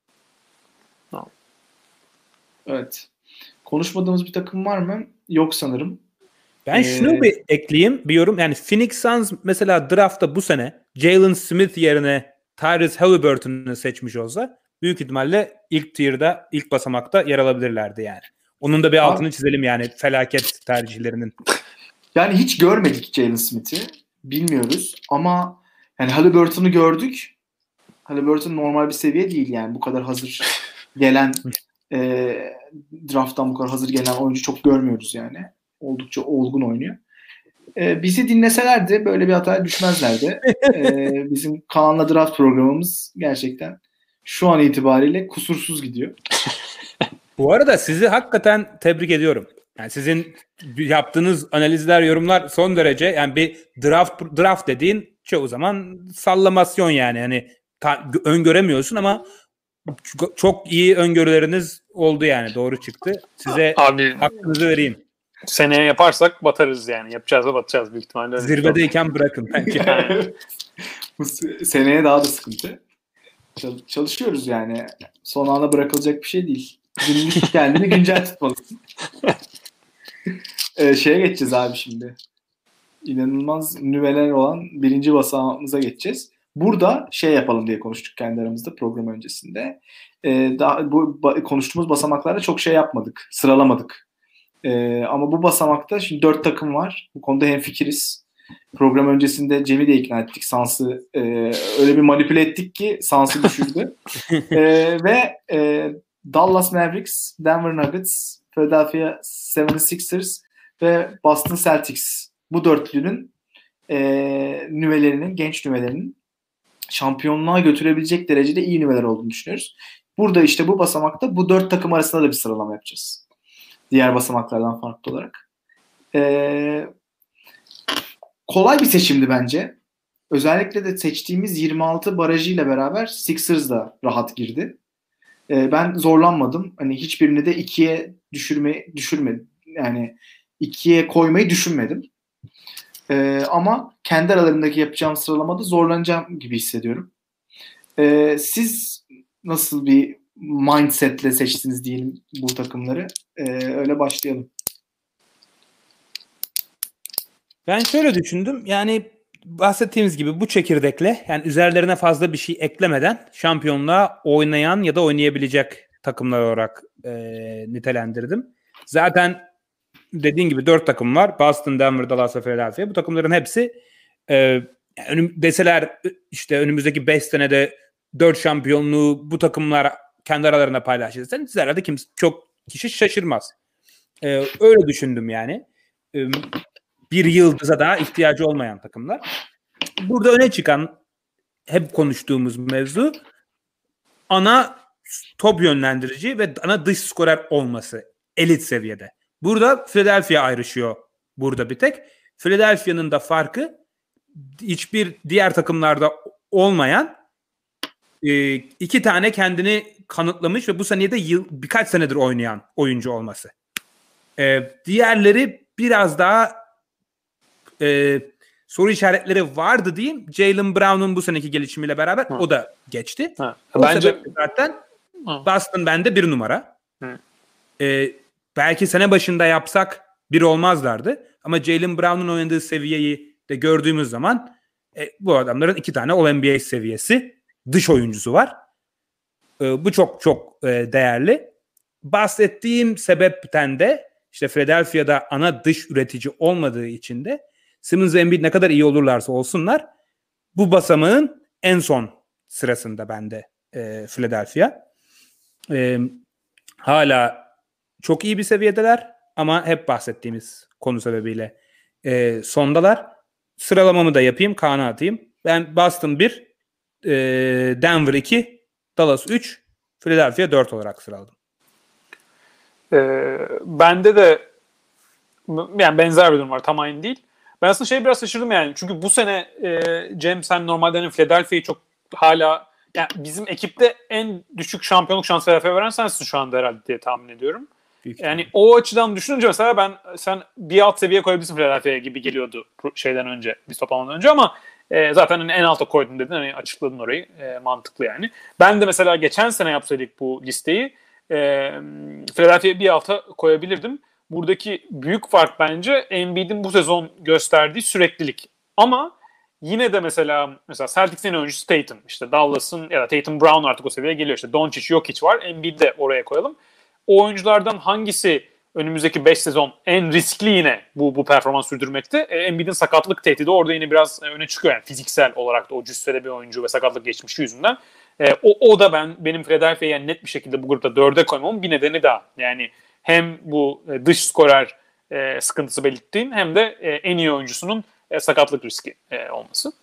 Evet. Konuşmadığımız bir takım var mı? Yok sanırım. Ben Ee, şunu bir ekleyeyim, bir yorum. Yani Phoenix Suns mesela draftta bu sene Jalen Smith yerine Tyrese Halliburton'u seçmiş olsa büyük ihtimalle ilk tier'da, ilk basamakta yer alabilirlerdi yani. Onun da bir altını Abi- çizelim yani felaket tercihlerinin. Yani hiç görmedik Jalen Smith'i. Bilmiyoruz ama yani Halliburton'u gördük. Halliburton normal bir seviye değil yani. Bu kadar hazır gelen e, drafttan bu kadar hazır gelen oyuncu çok görmüyoruz yani. Oldukça olgun oynuyor. E, bizi dinleselerdi böyle bir hataya düşmezlerdi. E, bizim Kaan'la draft programımız gerçekten şu an itibariyle kusursuz gidiyor. Bu arada sizi hakikaten tebrik ediyorum. Yani sizin yaptığınız analizler, yorumlar son derece, yani bir draft draft dediğin çoğu zaman sallamasyon yani. Hani ta, öngöremiyorsun ama çok iyi öngörüleriniz oldu yani. Doğru çıktı. Size Abi hakkınızı vereyim. seneye yaparsak batarız yani. Yapacağız da batacağız büyük ihtimalle. Öyle Zirvedeyken bırakın bence. Bu seneye daha da sıkıntı. Çalışıyoruz yani. Son ana bırakılacak bir şey değil. Günlük kendini güncel tutmalısın. ee, şeye geçeceğiz abi şimdi. İnanılmaz nüveler olan birinci basamağımıza geçeceğiz. Burada şey yapalım diye konuştuk kendi aramızda program öncesinde. Ee, daha bu ba- konuştuğumuz basamaklarda çok şey yapmadık. Sıralamadık. Ee, ama bu basamakta şimdi dört takım var. Bu konuda hemfikiriz. Program öncesinde Cem'i de ikna ettik. Sans'ı e, öyle bir manipüle ettik ki Sans'ı düşürdü. e, ve e, Dallas Mavericks, Denver Nuggets, Philadelphia yetmiş altı ers ve Boston Celtics, bu dörtlünün e, nüvelerinin, genç nüvelerinin şampiyonluğa götürebilecek derecede iyi nüveler olduğunu düşünüyoruz. Burada işte bu basamakta bu dört takım arasında da bir sıralama yapacağız. Diğer basamaklardan farklı olarak. Ee, kolay bir seçimdi bence. Özellikle de seçtiğimiz yirmi altı barajıyla beraber Sixers da rahat girdi. Ee, ben zorlanmadım. Hani hiçbirini de ikiye düşürme, düşürmedim. Yani ikiye koymayı düşünmedim. Ee, ama kendi aralarındaki yapacağım sıralamada zorlanacağım gibi hissediyorum. Ee, siz nasıl bir mindsetle seçtiniz diyelim bu takımları? Ee, öyle başlayalım. Ben şöyle düşündüm. Yani bahsettiğimiz gibi bu çekirdekle, yani üzerlerine fazla bir şey eklemeden şampiyonluğa oynayan ya da oynayabilecek takımlar olarak e, nitelendirdim. Zaten dediğin gibi dört takım var. Boston, Denver, Dallas ve Philadelphia. Bu takımların hepsi e, önüm, deseler işte önümüzdeki beş senede dört şampiyonluğu bu takımlar kendi aralarında paylaşırsa herhalde kimse, çok kişi şaşırmaz. E, öyle düşündüm yani. E, bir yıldıza daha ihtiyacı olmayan takımlar. Burada öne çıkan, hep konuştuğumuz mevzu, ana top yönlendirici ve ana dış skorer olması elit seviyede. Burada Philadelphia ayrışıyor burada bir tek. Philadelphia'nın da farkı hiçbir diğer takımlarda olmayan e, iki tane kendini kanıtlamış ve bu senede yıl, birkaç senedir oynayan oyuncu olması. E, diğerleri biraz daha e, soru işaretleri vardı diyeyim. Jaylen Brown'un bu seneki gelişimiyle beraber Hı. o da geçti. Hı. O Bence zaten Hı. Boston bende bir numara. E, belki sene başında yapsak bir olmazlardı. Ama Jaylen Brown'un oynadığı seviyeyi de gördüğümüz zaman e, bu adamların iki tane All N B A seviyesi dış oyuncusu var. E, bu çok çok e, değerli. Bahsettiğim sebepten de işte Philadelphia'da ana dış üretici olmadığı için de Simmons ve Embiid ne kadar iyi olurlarsa olsunlar bu basamağın en son sırasında bende e, Philadelphia. E, hala çok iyi bir seviyedeler ama hep bahsettiğimiz konu sebebiyle e, sondalar. Sıralamamı da yapayım, Kaan'a atayım. Ben Boston bir, e, Denver iki, Dallas üç, Philadelphia dört olarak sıraladım. Ee, bende de yani benzer bir durum var. Tam aynı değil. Ben aslında şey biraz şaşırdım yani. Çünkü bu sene e, Cem sen normalde hani Philadelphia'yı çok hala yani bizim ekipte en düşük şampiyonluk şansı Philadelphia'ya veren sensin şu anda herhalde diye tahmin ediyorum. Yani o açıdan düşününce mesela ben sen bir alt seviye koyabilirsin Philadelphia'ya gibi geliyordu şeyden önce, biz toplamadan önce ama e, zaten hani en alta koydun dedin, hani açıkladın orayı, e, mantıklı yani. Ben de mesela geçen sene yapsaydık bu listeyi e, Philadelphia'ya bir alta koyabilirdim. Buradaki büyük fark bence Embiid'in bu sezon gösterdiği süreklilik. Ama yine de mesela mesela Celtics'in oyuncusu Tatum, işte Dallas'ın ya da Tatum Brown artık o seviyeye geliyor. İşte Doncic, Jokic var. Embiid de oraya koyalım. O oyunculardan hangisi önümüzdeki beş sezon en riskli yine bu bu performans sürdürmekte? E, Embiid'in sakatlık tehdidi orada yine biraz öne çıkıyor yani fiziksel olarak da o cüssede bir oyuncu ve sakatlık geçmişi yüzünden. E, o, o da ben benim Philadelphia'ya net bir şekilde bu grupta dörde koymamın bir nedeni daha. Yani hem bu e, dış skorer e, sıkıntısı belirttiğim hem de e, en iyi oyuncusunun e, sakatlık riski e, olması.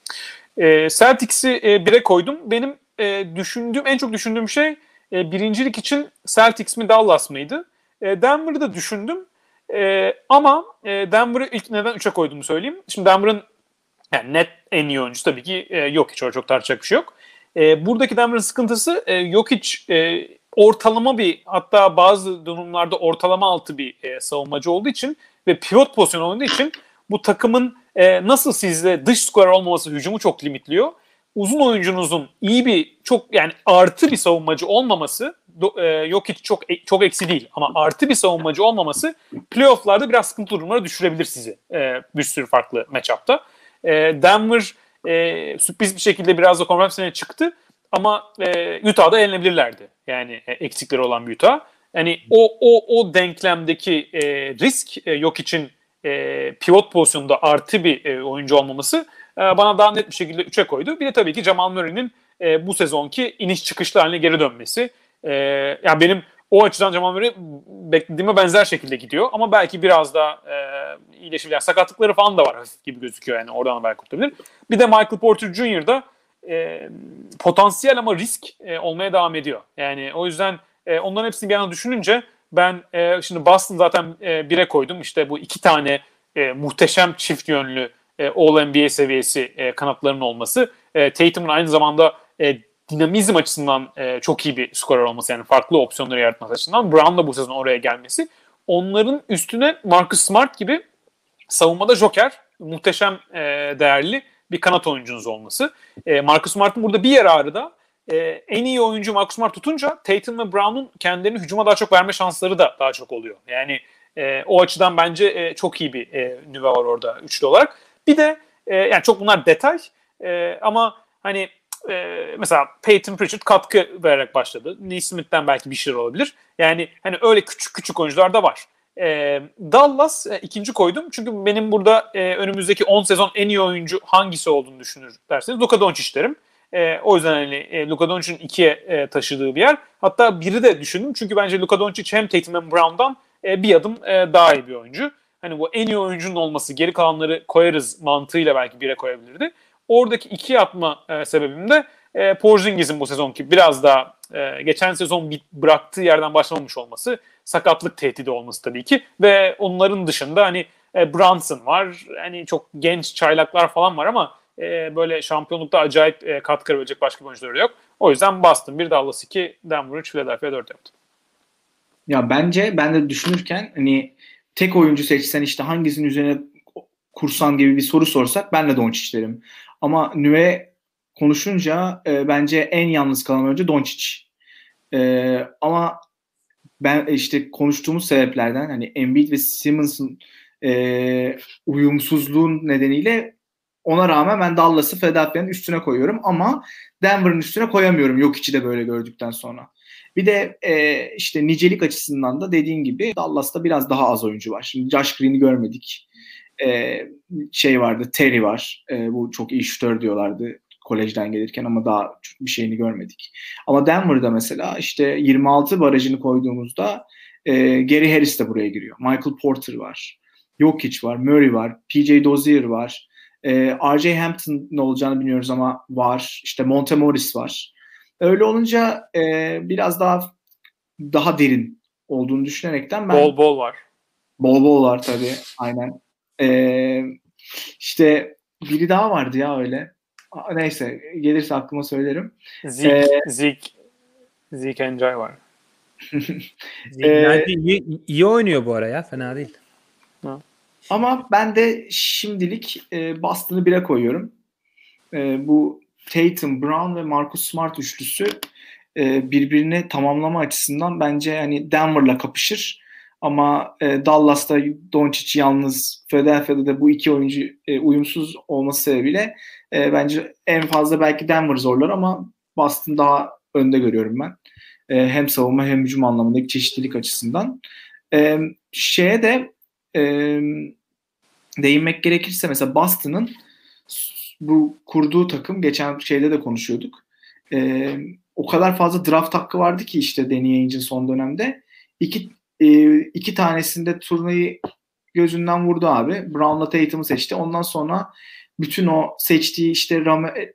E, Celtics'i e, bire koydum. Benim e, düşündüğüm, en çok düşündüğüm şey e, birincilik için Celtics mi Dallas mıydı? E, Denver'ı da düşündüm. E, ama e, Denver'ı ilk neden üçe koyduğumu söyleyeyim. Şimdi Denver'ın yani net en iyi oyuncusu tabii ki e, Jokic. Orada çok tartışacak bir şey yok. E, buradaki Denver'ın sıkıntısı e, Jokic e, ortalama bir, hatta bazı durumlarda ortalama altı bir e, savunmacı olduğu için ve pivot pozisyonu olduğu için bu takımın e, nasıl sizde dış skorer olmaması hücumu çok limitliyor. Uzun oyuncunuzun iyi bir, çok yani artı bir savunmacı olmaması, do, e, Jokic çok çok eksi değil ama artı bir savunmacı olmaması playoff'larda biraz sıkıntı durumlara düşürebilir sizi e, bir sürü farklı matchup'ta. E, Denver e, sürpriz bir şekilde biraz da konferans finaline çıktı ama e, Utah'da elenebilirlerdi. Yani e, eksikleri olan bir Utah. Yani o o o denklemdeki e, risk e, Jokic'in e, pivot pozisyonunda artı bir e, oyuncu olmaması e, bana daha net bir şekilde üçe koydu. Bir de tabii ki Jamal Murray'nin e, bu sezonki iniş çıkışlı haline geri dönmesi. E, yani benim o açıdan Jamal Murray beklediğime benzer şekilde gidiyor ama belki biraz daha e, iyileşebilir. Yani sakatlıkları falan da var hafif gibi gözüküyor, yani oradan belki kurtulabilir. Bir de Michael Porter Junior da e, potansiyel ama risk e, olmaya devam ediyor. Yani o yüzden e, onların hepsini bir yana düşününce ben e, şimdi Boston zaten e, bire koydum. İşte bu iki tane e, muhteşem çift yönlü e, All-N B A seviyesi e, kanatlarının olması. E, Tatum'un aynı zamanda e, dinamizm açısından e, çok iyi bir skorer olması, yani farklı opsiyonları yaratması açısından. Brown da bu sezon oraya gelmesi. Onların üstüne Marcus Smart gibi savunmada joker, muhteşem e, değerli bir kanat oyuncunuz olması. E, Marcus Smart'ın burada bir yer ağrıda. E, en iyi oyuncu Marcus Smart tutunca Tatum ve Brown'un kendilerini hücuma daha çok verme şansları da daha çok oluyor. Yani e, o açıdan bence e, çok iyi bir e, nüve var orada üçlü olarak. Bir de e, yani çok bunlar detay e, ama hani e, mesela Peyton Pritchard katkı vererek başladı. Neesmith'ten belki bir şeyler olabilir. Yani hani öyle küçük küçük oyuncular da var. E, Dallas e, ikinci koydum. Çünkü benim burada e, önümüzdeki on sezon en iyi oyuncu hangisi olduğunu düşünür derseniz Luka Doncic derim. E, o yüzden hani e, Luka Doncic'in ikiye e, taşıdığı bir yer. Hatta biri de düşündüm. Çünkü bence Luka Doncic hem Tatum hem Brown'dan e, bir adım e, daha iyi bir oyuncu. Hani bu en iyi oyuncunun olması, geri kalanları koyarız mantığıyla belki bire koyabilirdi. Oradaki ikiye atma e, sebebim de e, Porzingis'in bu sezonki biraz daha e, geçen sezon bit, bıraktığı yerden başlamamış olması, sakatlık tehdidi olması tabii ki ve onların dışında hani e, Brunson var, hani çok genç çaylaklar falan var ama e, böyle şampiyonlukta acayip e, katkı verecek başka oyuncuları yok. O yüzden Boston bir, Dallas iki, Denver üç, Philadelphia dört yaptı. Ya bence ben de düşünürken hani tek oyuncu seçsen işte hangisinin üzerine kursan gibi bir soru sorsak ben de Doncic derim. Ama nüve konuşunca e, bence en yalnız kalan oyuncu Doncic. E, ama ben işte konuştuğumuz sebeplerden hani Embiid ve Simmons'ın e, uyumsuzluğun nedeniyle ona rağmen ben Dallas'ı Philadelphia'nın üstüne koyuyorum ama Denver'ın üstüne koyamıyorum Jokic'i de böyle gördükten sonra. Bir de e, işte nicelik açısından da dediğin gibi Dallas'ta biraz daha az oyuncu var. Şimdi Josh Green'i görmedik. E, şey vardı, Terry var. E, bu çok iyi şutör diyorlardı kolejden gelirken ama daha bir şeyini görmedik. Ama Denver'da mesela işte yirmi altı barajını koyduğumuzda e, Gary Harris de buraya giriyor. Michael Porter var. Jokic var. Murray var. P J Dozier var. E, R J Hampton ne olacağını bilmiyoruz ama var. İşte Monte Morris var. Öyle olunca e, biraz daha daha derin olduğunu düşünerekten ben... Bol bol var. Bol bol var tabii. Aynen. Ee, İşte biri daha vardı ya öyle. Neyse gelirse aklıma söylerim. Zeke, Ee, Zeke, Zeke Njay var. Zeke iyi, iyi oynuyor bu ara ya. Fena değil. Ha. Ama ben de şimdilik e, Boston'ı bire koyuyorum. E, bu Tatum, Brown ve Marcus Smart üçlüsü e, birbirini tamamlama açısından bence hani Denver'la kapışır. Ama e, Dallas'ta Doncic yalnız, Philadelphia'da da bu iki oyuncu e, uyumsuz olması sebebiyle e, bence en fazla belki Denver zorlar ama Boston daha önde görüyorum ben. E, hem savunma hem hücum anlamındaki çeşitlilik açısından. E, şeye de e, değinmek gerekirse mesela Boston'ın bu kurduğu takım, geçen şeyde de konuşuyorduk. E, o kadar fazla draft hakkı vardı ki işte Danny Ainge'in son dönemde. İki, e, iki tanesinde turnayı gözünden vurdu abi. Brown'la Tatum'u seçti. Ondan sonra bütün o seçtiği işte Rome,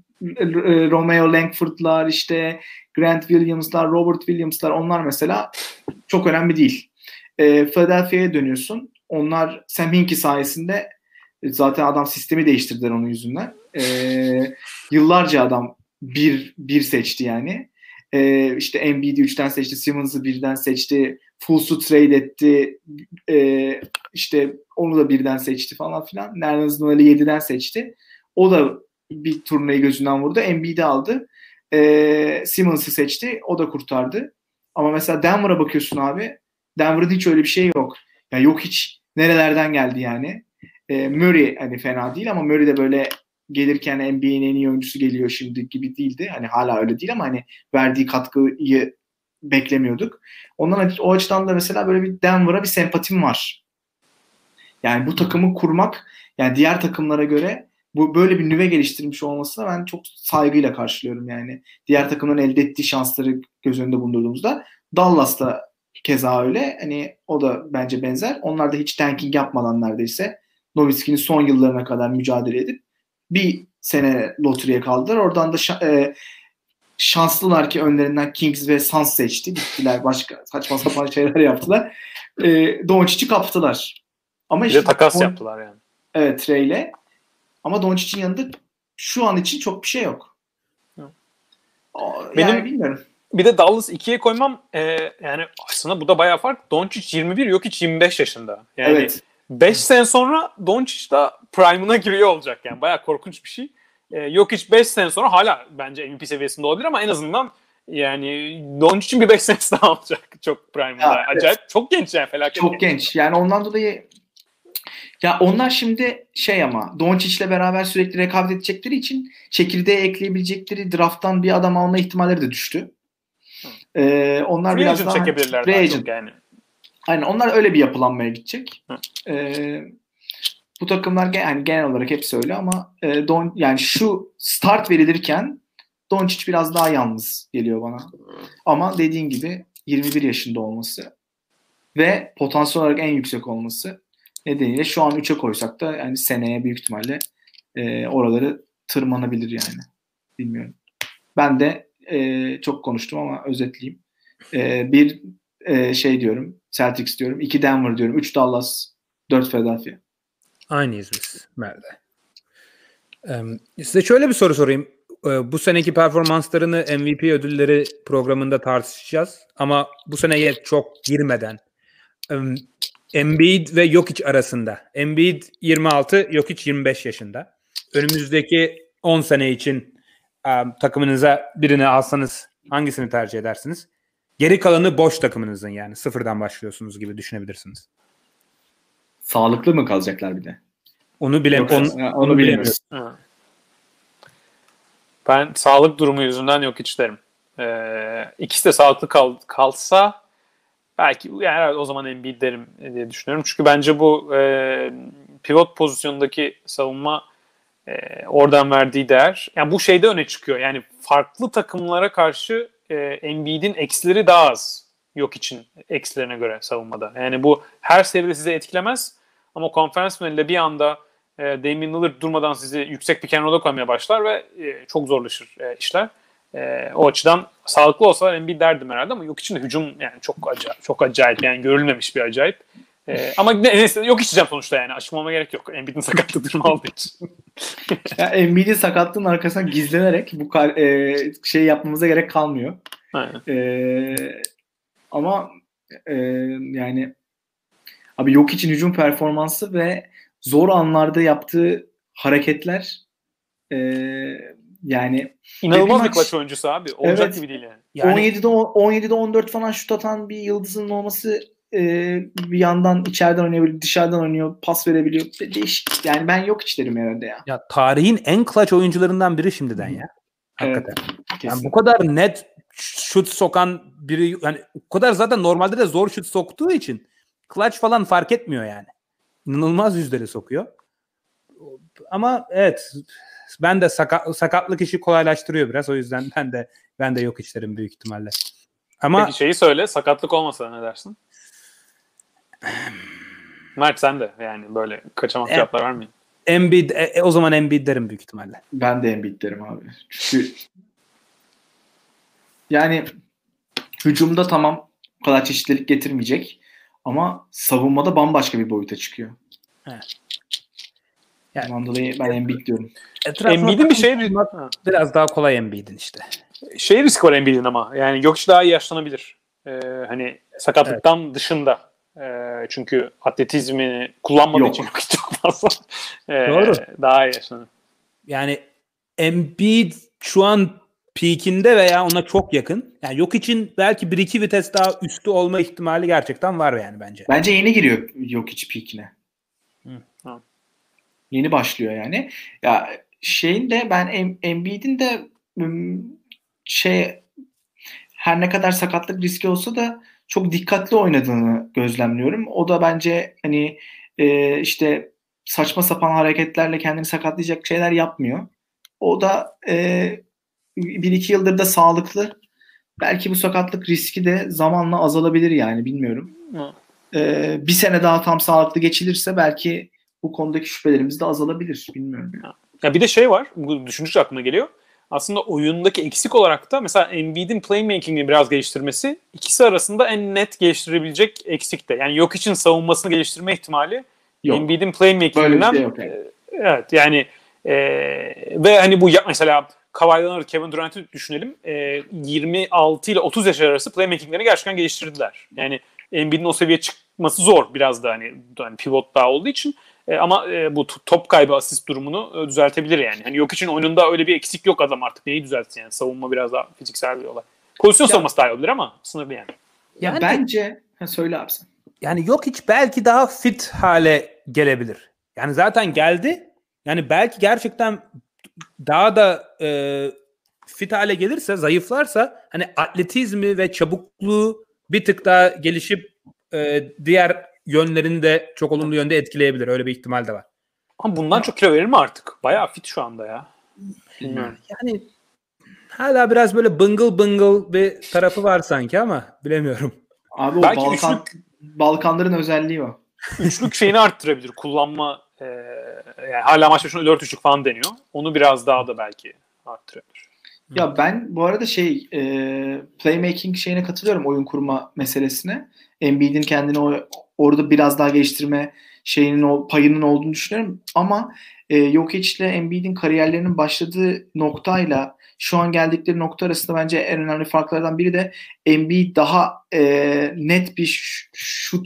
Romeo Langford'lar, işte Grant Williams'lar, Robert Williams'lar, onlar mesela çok önemli değil. E, Philadelphia'ya dönüyorsun. Onlar Sam Hinkie sayesinde zaten adam sistemi değiştirdiler onun yüzünden. E, yıllarca adam bir, bir seçti yani. E, işte Embiid'i üçten seçti, Simmons'ı birden seçti, Fultz'u trade etti, e, işte onu da birden seçti falan filan. Nerlens Noel'i yediden seçti. O da bir turnayı gözünden vurdu. Embiid'i aldı. E, Simmons'ı seçti. O da kurtardı. Ama mesela Denver'a bakıyorsun abi. Denver'ın hiç öyle bir şey yok. Yani yok hiç nerelerden geldi yani. E, Murray hani fena değil ama Murray de böyle gelirken N B A'nin en iyi oyuncusu geliyor şimdi gibi değildi. Hani hala öyle değil ama hani verdiği katkıyı beklemiyorduk. Ondan o açıdan da mesela böyle bir Denver'a bir sempatim var. Yani bu takımı kurmak, yani diğer takımlara göre bu böyle bir nüve geliştirmiş olmasına ben çok saygıyla karşılıyorum yani. Diğer takımların elde ettiği şansları göz önünde bulundurduğumuzda Dallas'ta keza öyle. Hani o da bence benzer. Onlar da hiç tanking yapmadan neredeyse Nowitzki'nin son yıllarına kadar mücadele edip bir sene loteriye kaldılar. Oradan da şa- e, şanslılar ki önlerinden Kings ve Suns seçti. Gittiler başka saçma sapan şeyler yaptılar. E, Doncic'i kaptılar. Ama Bir işte de takas Don- yaptılar yani. Evet, Trey'le. Ama Doncic'in yanında şu an için çok bir şey yok. O, yani Benim bilmiyorum. Bir de Dallas ikiye koymam e, yani aslında bu da bayağı fark. Doncic yirmi bir, Jokic yirmi beş yaşında. Yani Evet. beş sene sonra Doncic da prime'ına giriyor olacak yani. Bayağı korkunç bir şey. E, Jokic beş sene sonra hala bence M V P seviyesinde olabilir ama en azından yani Doncic'in bir beş senesi daha olacak. Çok prime'ında. Ya, evet. Acayip. Çok genç yani, felaket Çok genç. genç. Yani ondan dolayı ya onlar şimdi şey ama Doncic'le beraber sürekli rekabet edecekleri için çekirdeğe ekleyebilecekleri drafttan bir adam alma ihtimalleri de düştü. Ee, onlar Free biraz agent daha çekebilirler free daha agent. çok yani. Aynen, onlar öyle bir yapılanmaya gidecek. Ee, bu takımlar yani genel olarak hepsi öyle ama e, Don, yani şu start verilirken Doncic biraz daha yalnız geliyor bana. Ama dediğin gibi yirmi bir yaşında olması ve potansiyel olarak en yüksek olması nedeniyle şu an üçe koysak da yani seneye büyük ihtimalle e, oraları tırmanabilir yani. Bilmiyorum. Ben de e, çok konuştum ama özetleyeyim. E, bir e, şey diyorum. Celtics diyorum. iki Denver diyorum. üç Dallas. dört Philadelphia. Aynıyız biz Merve. Ee, size şöyle bir soru sorayım. Ee, bu seneki performanslarını M V P ödülleri programında tartışacağız. Ama bu seneye çok girmeden um, Embiid ve Jokic arasında. Embiid yirmi altı, Jokic yirmi beş yaşında. Önümüzdeki on sene için um, takımınıza birini alsanız hangisini tercih edersiniz? Geri kalanı boş takımınızın, yani sıfırdan başlıyorsunuz gibi düşünebilirsiniz. Sağlıklı mı kalacaklar bir de? Onu bile Yoksa, onu, onu, onu bilemiyoruz. Hı. Ben sağlık durumu yüzünden yok hiç derim. Ee, ikisi de sağlıklı kal, kalsa belki yani o zaman Embiid derim diye düşünüyorum. Çünkü bence bu e, pivot pozisyondaki savunma e, oradan verdiği değer. Yani bu şeyde öne çıkıyor. Yani farklı takımlara karşı e, Embiid'in eksileri daha az. Yok için eksilerine göre savunmada. Yani bu her seviyede size etkilemez. Ama konferans finalinde bir anda e, Damian Lillard durmadan sizi yüksek pick and roll'a koymaya başlar ve e, çok zorlaşır e, işler. E, o açıdan sağlıklı olsalar Embiid derdim herhalde ama yok için de hücum yani çok acayip, çok acayip yani görülmemiş bir acayip. Ee, ama neyse yok içeceğim sonuçta yani. Aşmama gerek yok. Embiid'in sakatlığı durumu olduğu için. Ya Embiid'in sakatlığının arkasından gizlenerek bu kar, e, şey yapmamıza gerek kalmıyor. Aynen. E, ama e, yani abi yok için hücum performansı ve zor anlarda yaptığı hareketler e, yani İnanılmaz bir maç, clutch oyuncusu abi. Olacak evet, gibi değil yani. Yani, on yedide on yedide on dört falan şut atan bir yıldızın olması, e, bir yandan içeriden oynayabiliyor, dışarıdan oynuyor, pas verebiliyor. Değişik. Yani ben yok içlerim herhalde ya. ya tarihin en clutch oyuncularından biri şimdiden ya. Hakikaten. Evet, yani bu kadar net şut sokan biri, yani o kadar zaten normalde de zor şut soktuğu için clutch falan fark etmiyor yani. İnanılmaz yüzleri sokuyor. Ama evet, ben de sakat, sakatlık işi kolaylaştırıyor biraz. O yüzden ben de ben de yok içlerim büyük ihtimalle. Ama peki şeyi söyle, sakatlık olmasa ne dersin? Mert sen de yani böyle kaçamak Evet. cevaplar vermeyin. Embiid, e, e, o zaman Embiid derim büyük ihtimalle. Ben de Embiid derim abi. Çünkü yani hücumda tamam o kadar çeşitlilik getirmeyecek ama savunmada bambaşka bir boyuta çıkıyor. Evet. Yani, Ondan dolayı ben Embiid diyorum. Embiid'in bir şey biraz daha kolay Embiid'in işte. Şey risk var Embiid'in ama yani Jokic daha iyi yaşlanabilir. Ee, hani sakatlıktan evet. dışında. Ee, çünkü atletizmi kullanmadığı Yok. için Jokic çok fazla. Ee, Doğru. Daha iyi yaşlanır. Yani Embiid şu an peak'inde veya ona çok yakın. Yani Jokic'in belki bir iki vites daha üstü olma ihtimali gerçekten var yani bence. Bence yeni giriyor Jokic peak'ine. Hı. Hı. Yeni başlıyor yani. Ya şeyin de ben Embiid'in de şey her ne kadar sakatlık riski olsa da çok dikkatli oynadığını gözlemliyorum. O da bence hani e, işte saçma sapan hareketlerle kendini sakatlayacak şeyler yapmıyor. O da e, bir iki yıldır da sağlıklı. Belki bu sakatlık riski de zamanla azalabilir yani bilmiyorum. E, bir sene daha tam sağlıklı geçilirse belki bu konudaki şüphelerimiz de azalabilir. Bilmiyorum. Ya. Ya bir de şey var. Bu düşündükçe aklıma geliyor. Aslında oyundaki eksik olarak da mesela Embiid'in playmaking'i biraz geliştirmesi ikisi arasında en net geliştirebilecek eksik de. Yani yok için savunmasını geliştirme ihtimali yok. Embiid'in playmaking'inden şey yok, yani. Evet yani e, ve hani bu mesela Kawhi Leonard, Kevin Durant'ı düşünelim. E, yirmi altı ile otuz yaş arası playmaking'lerini gerçekten geliştirdiler. Yani Embiid'in o seviyeye çıkması zor biraz da hani, hani pivot daha olduğu için. E, ama e, bu top kaybı asist durumunu e, düzeltebilir yani. Hani yok için oyununda öyle bir eksik yok adam artık. Neyi düzeltsin yani? Savunma biraz daha fiziksel bir olay. Pozisyon ya, savunması daha iyi olabilir ama sınırlı yani. Ya bence ha, söyle abi sen. Yani yok hiç belki daha fit hale gelebilir. Yani zaten geldi. Yani belki gerçekten daha da e, fit hale gelirse, zayıflarsa hani atletizmi ve çabukluğu bir tık daha gelişip e, diğer yönlerini de çok olumlu yönde etkileyebilir. Öyle bir ihtimal de var. Ama bundan çok kilo verir mi artık? Bayağı fit şu anda ya. Bilmiyorum. Yani hala biraz böyle bıngıl bıngıl bir tarafı var sanki ama bilemiyorum. Abi o belki Balkan, üçlük, Balkanların özelliği o. Üçlük şeyini arttırabilir. Kullanma e, yani hala maç başına dört üçlük falan deniyor. Onu biraz daha da belki arttırabilir. Ya ben bu arada şey e, playmaking şeyine katılıyorum, oyun kurma meselesine. Embiid'in kendini o, orada biraz daha geliştirme şeyinin o payının olduğunu düşünüyorum. Ama e, Jokic ile Embiid'in kariyerlerinin başladığı noktayla şu an geldikleri nokta arasında bence en önemli farklardan biri de Embiid daha e, net bir şut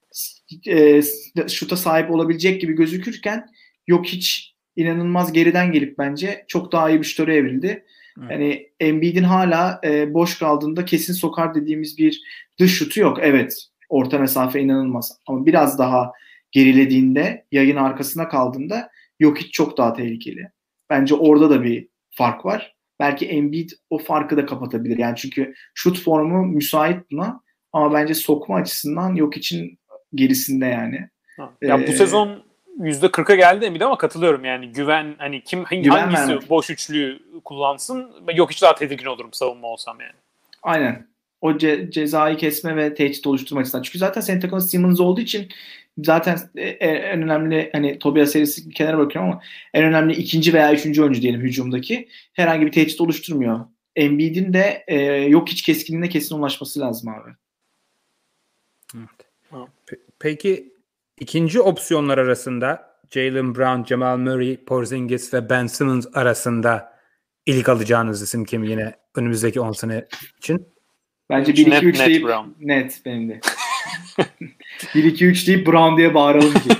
e, şuta sahip olabilecek gibi gözükürken Jokic inanılmaz geriden gelip bence çok daha iyi bir şutöre evrildi. Yani Embiid'in hala e, boş kaldığında kesin sokar dediğimiz bir dış şutu yok. Evet, orta mesafe inanılmaz ama biraz daha gerilediğinde, yayın arkasına kaldığında Jokic çok daha tehlikeli. Bence orada da bir fark var. Belki Embiid o farkı da kapatabilir. Yani çünkü şut formu müsait buna ama bence sokma açısından Jokic'in gerisinde yani. Ha. Ya ee, bu sezon yüzde kırka geldi Embiid ama katılıyorum yani güven hani kim güven hangisi vermez. Boş üçlüyü kullansın yok hiç daha tedirgin olurum savunma olsam yani. Aynen. O ce- cezayı kesme ve tehdit oluşturma açısından. Çünkü zaten senin takımın Simmons olduğu için zaten en önemli hani Tobias serisi kenara bakıyorum ama en önemli ikinci veya üçüncü oyuncu diyelim hücumdaki herhangi bir tehdit oluşturmuyor. Embiid'in de e, yok hiç keskinliğine kesin ulaşması lazım abi. Evet. Pe- Peki ikinci opsiyonlar arasında Jaylen Brown, Jamal Murray, Porzingis ve Ben Simmons arasında ilk alacağınız isim kim yine önümüzdeki on sene için? Bence bir iki üç net deyip Brown. net benim de. bir iki üç deyip Brown diye bağıralım ki.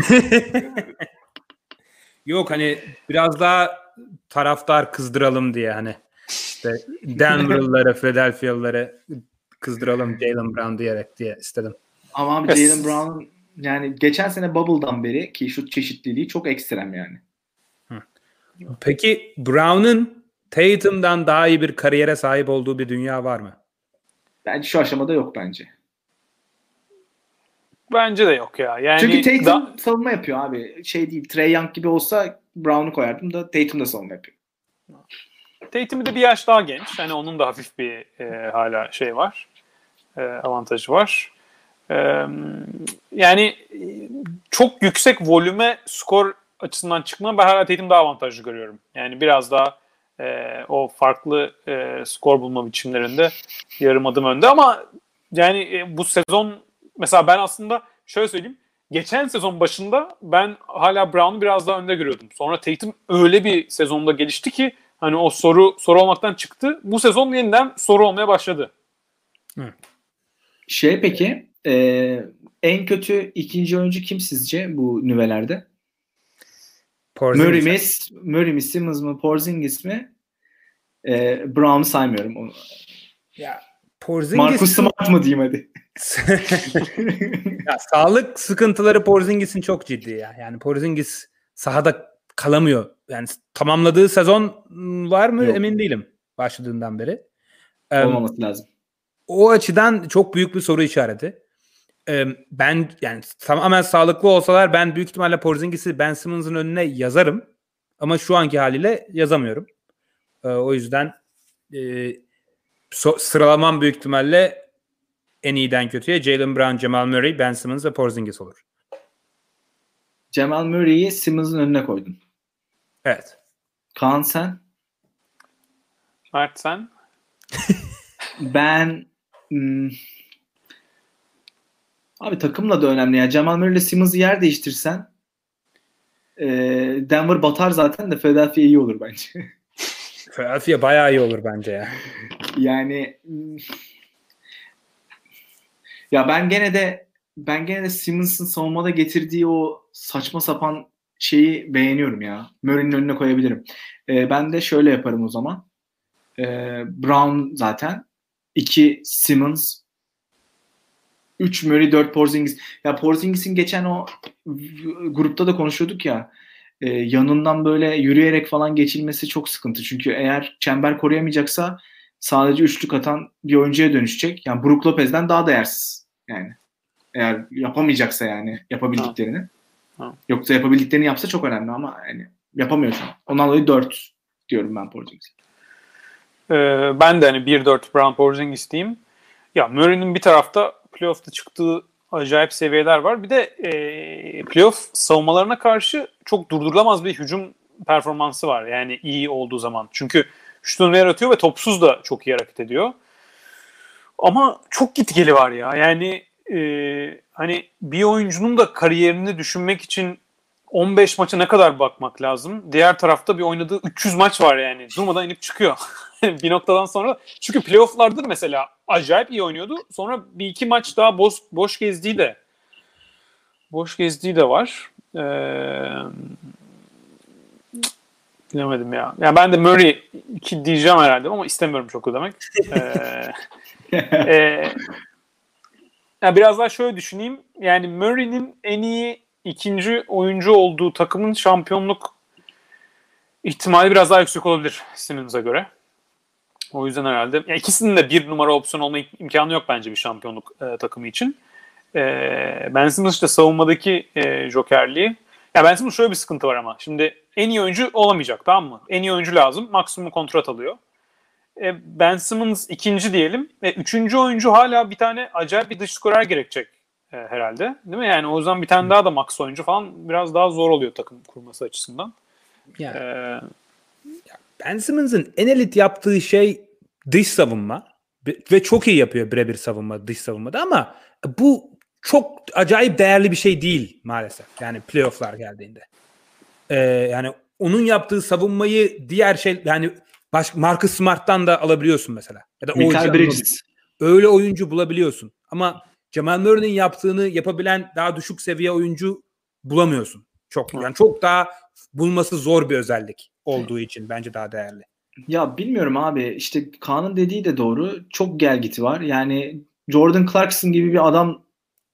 Yok hani biraz daha taraftar kızdıralım diye hani işte Denver'lıları, Philadelphia'lıları kızdıralım Jaylen Brown diyerek diye istedim. Ama abi Jaylen Brown yani geçen sene Bubble'dan beri ki şut çeşitliliği çok ekstrem yani. Peki Brown'un Tatum'dan daha iyi bir kariyere sahip olduğu bir dünya var mı? Bence şu aşamada yok bence. Bence de yok ya. Yani Çünkü Tatum da... savunma yapıyor abi. Şey değil, Trae Young gibi olsa Brown'u koyardım da Tatum da savunma yapıyor. Tatum'u de bir yaş daha genç. Yani onun da hafif bir e, hala şey var. E, avantajı var. E, yani çok yüksek volüme skor açısından çıkma ben hala Tatum daha avantajlı görüyorum. Yani biraz daha e, o farklı e, skor bulma biçimlerinde yarım adım önde ama yani e, bu sezon mesela ben aslında şöyle söyleyeyim. Geçen sezon başında ben hala Brown'u biraz daha önde görüyordum. Sonra Tatum öyle bir sezonda gelişti ki hani o soru soru olmaktan çıktı. Bu sezon yeniden soru olmaya başladı. Hı. Şey peki e, en kötü ikinci oyuncu kim sizce bu nüvelerde? Murray mi, Murray mi, Simmons mı, Porzingis mi? E, Brown'u saymıyorum onu. Ya Porzingis Marcus Smart mı diyeyim hadi. Ya, sağlık sıkıntıları Porzingis'in çok ciddi ya. Yani Porzingis sahada kalamıyor. Yani tamamladığı sezon var mı Yok. emin değilim başladığından beri. Olmaması um, lazım. O açıdan çok büyük bir soru işareti. Um, ben yani tamamen sağlıklı olsalar ben büyük ihtimalle Porzingis'i Ben Simmons'ın önüne yazarım. Ama şu anki haliyle yazamıyorum. Uh, o yüzden e, so, sıralamam büyük ihtimalle en iyiden kötüye Jaylen Brown, Jamal Murray, Ben Simmons ve Porzingis olur. Jamal Murray'i Simmons'ın önüne koydum. Evet. Kaan sen? Mert sen? Ben hmm, abi takımla da önemli ya. Jamal Murray ile Simmons'ı yer değiştirsen e, Denver batar zaten de Philadelphia iyi olur bence. Philadelphia bayağı iyi olur bence ya. Yani ya ben gene de ben gene de Simmons'ın savunmada getirdiği o saçma sapan şeyi beğeniyorum ya. Murray'nin önüne koyabilirim. Ee, ben de şöyle yaparım o zaman. Ee, Brown zaten. iki Simmons. üç Murray, dört Porzingis. Ya Porzingis'in geçen o grupta da konuşuyorduk ya. E, yanından böyle yürüyerek falan geçilmesi çok sıkıntı. Çünkü eğer çember koruyamayacaksa sadece üçlük atan bir oyuncuya dönüşecek. Yani Brook Lopez'den daha değersiz. Yani eğer yapamayacaksa yani yapabildiklerini. Ha. Ha. Yoksa yapabildiklerini yapsa çok önemli ama yani yapamıyor şu an. Ondan dolayı dört diyorum ben Porzingis'e. Ee, ben de hani bir dört Brown Porzingis diyeyim. Ya Murray'nin bir tarafta playoff'ta çıktığı acayip seviyeler var. Bir de e, playoff savunmalarına karşı çok durdurulamaz bir hücum performansı var. Yani iyi olduğu zaman. Çünkü şutunu yaratıyor ve topsuz da çok iyi hareket ediyor. Ama çok gitgeli var ya. Yani e, hani bir oyuncunun da kariyerini düşünmek için on beş maça ne kadar bakmak lazım? Diğer tarafta bir oynadığı üç yüz maç var yani. Durmadan inip çıkıyor. Bir noktadan sonra. Çünkü playoff'larda mesela acayip iyi oynuyordu. Sonra bir iki maç daha boş, boş gezdiği de boş gezdiği de var. Ee, bilemedim ya. Yani ben de Murray iki diyeceğim herhalde ama istemiyorum çok o demek. Ee, e, yani biraz daha şöyle düşüneyim. Yani Murray'nin en iyi ikinci oyuncu olduğu takımın şampiyonluk ihtimali biraz daha yüksek olabilir Simmons'a göre. O yüzden herhalde yani ikisinin de bir numara opsiyon olma imkanı yok bence bir şampiyonluk e, takımı için. E, Ben Simmons işte savunmadaki e, jokerliği. Ya Ben Simmons şöyle bir sıkıntı var ama. Şimdi en iyi oyuncu olamayacak, tamam mı? En iyi oyuncu lazım. Maksimum kontrat alıyor. E, Ben Simmons ikinci diyelim. Ve üçüncü oyuncu hala bir tane acayip bir dış skorer gerekecek e, herhalde. Değil mi? Yani o yüzden bir tane daha da max oyuncu falan biraz daha zor oluyor takım kurması açısından. Yani. E, Ben Simmons'ın en elit yaptığı şey dış savunma ve çok iyi yapıyor birebir savunma dış savunmada ama bu çok acayip değerli bir şey değil maalesef. Yani playoff'lar geldiğinde. Ee, yani onun yaptığı savunmayı diğer şey yani baş, Marcus Smart'tan da alabiliyorsun mesela. Ya da Michael Bridges. Öyle oyuncu bulabiliyorsun. Ama Jamal Murray'nin yaptığını yapabilen daha düşük seviye oyuncu bulamıyorsun. Çok yani çok daha bulması zor bir özellik olduğu için bence daha değerli. Ya bilmiyorum abi. İşte Kaan'ın dediği de doğru. Çok gelgiti var. Yani Jordan Clarkson gibi bir adam